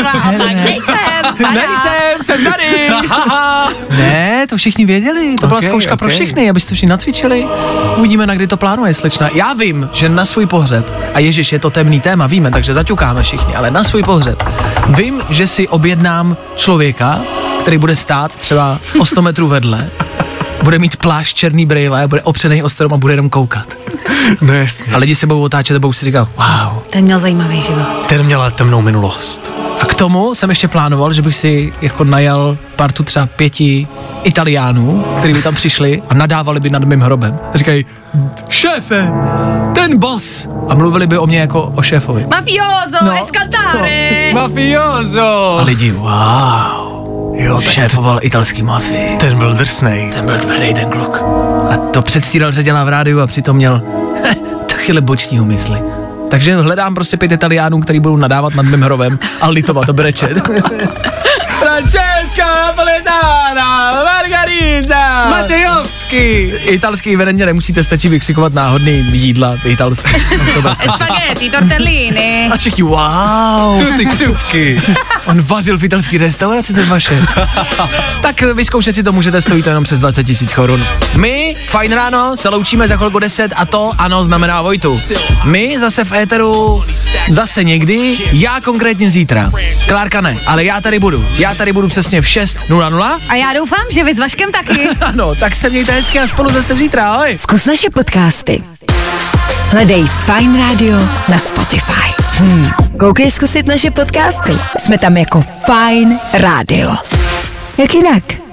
nejsem, jsem tady. Ne, to všichni věděli, to byla okay, zkouška okay. pro všechny, abyste všichni nacvičili. Uvidíme, na kdy to plánuje slečna. Já vím, že na svůj pohřeb, a ježiš, je to temný téma, víme, takže zaťukáme všichni, ale na svůj pohřeb, vím, že si objednám člověka, který bude stát třeba o sto metrů vedle, bude mít plášť černý brejle, bude opřený o strom a bude jenom koukat. No jasně. A lidi se budou otáčet a budou si říkat, wow. Ten měl zajímavý život. Ten měl temnou minulost. A k tomu jsem ještě plánoval, že bych si jako najal partu třeba pěti Italiánů, kteří by tam přišli a nadávali by nad mým hrobem. A říkají, šéfe, ten boss. A mluvili by o mě jako o šéfovi. Mafioso, No. escantare. Mafioso. A lidi, wow. Jo, šéfoval italský mafii. Ten byl drsnej. Ten byl tvrdý ten kluk. A to předstíral, že dělá v rádiu a přitom měl takhle boční úmysly. Takže hledám prostě pět Italiánů, který budou nadávat nad mým hrovem a litovat a brečet. Francesca Napoletana, Margarita, Matejovský. Italský evidentně nemusíte, stačí vykřikovat náhodný jídla italské. No, Spaghetti, tortellini. a všichni, wow. Tu ty křupky. On vařil v italský restauraci, ten vaše. Tak vyzkoušet si to můžete, stojí to jenom přes dvacet tisíc korun. My, fajn ráno, se loučíme za chvilku deset a to, ano, znamená Vojtu. My zase v éteru, zase někdy, já konkrétně zítra. Klárka ne, ale já tady budu. Já tady budu přesně v šest nula nula. A já doufám, že vy s Vaškem taky. Ano, tak se mějte hezky a spolu zase zítra, ahoj. Zkus naše podcasty. Hledej Fine Radio na Spotify. Hmm. Koukej zkusit naše podcasty. Jsme tam jako Fine Radio. Jak jinak?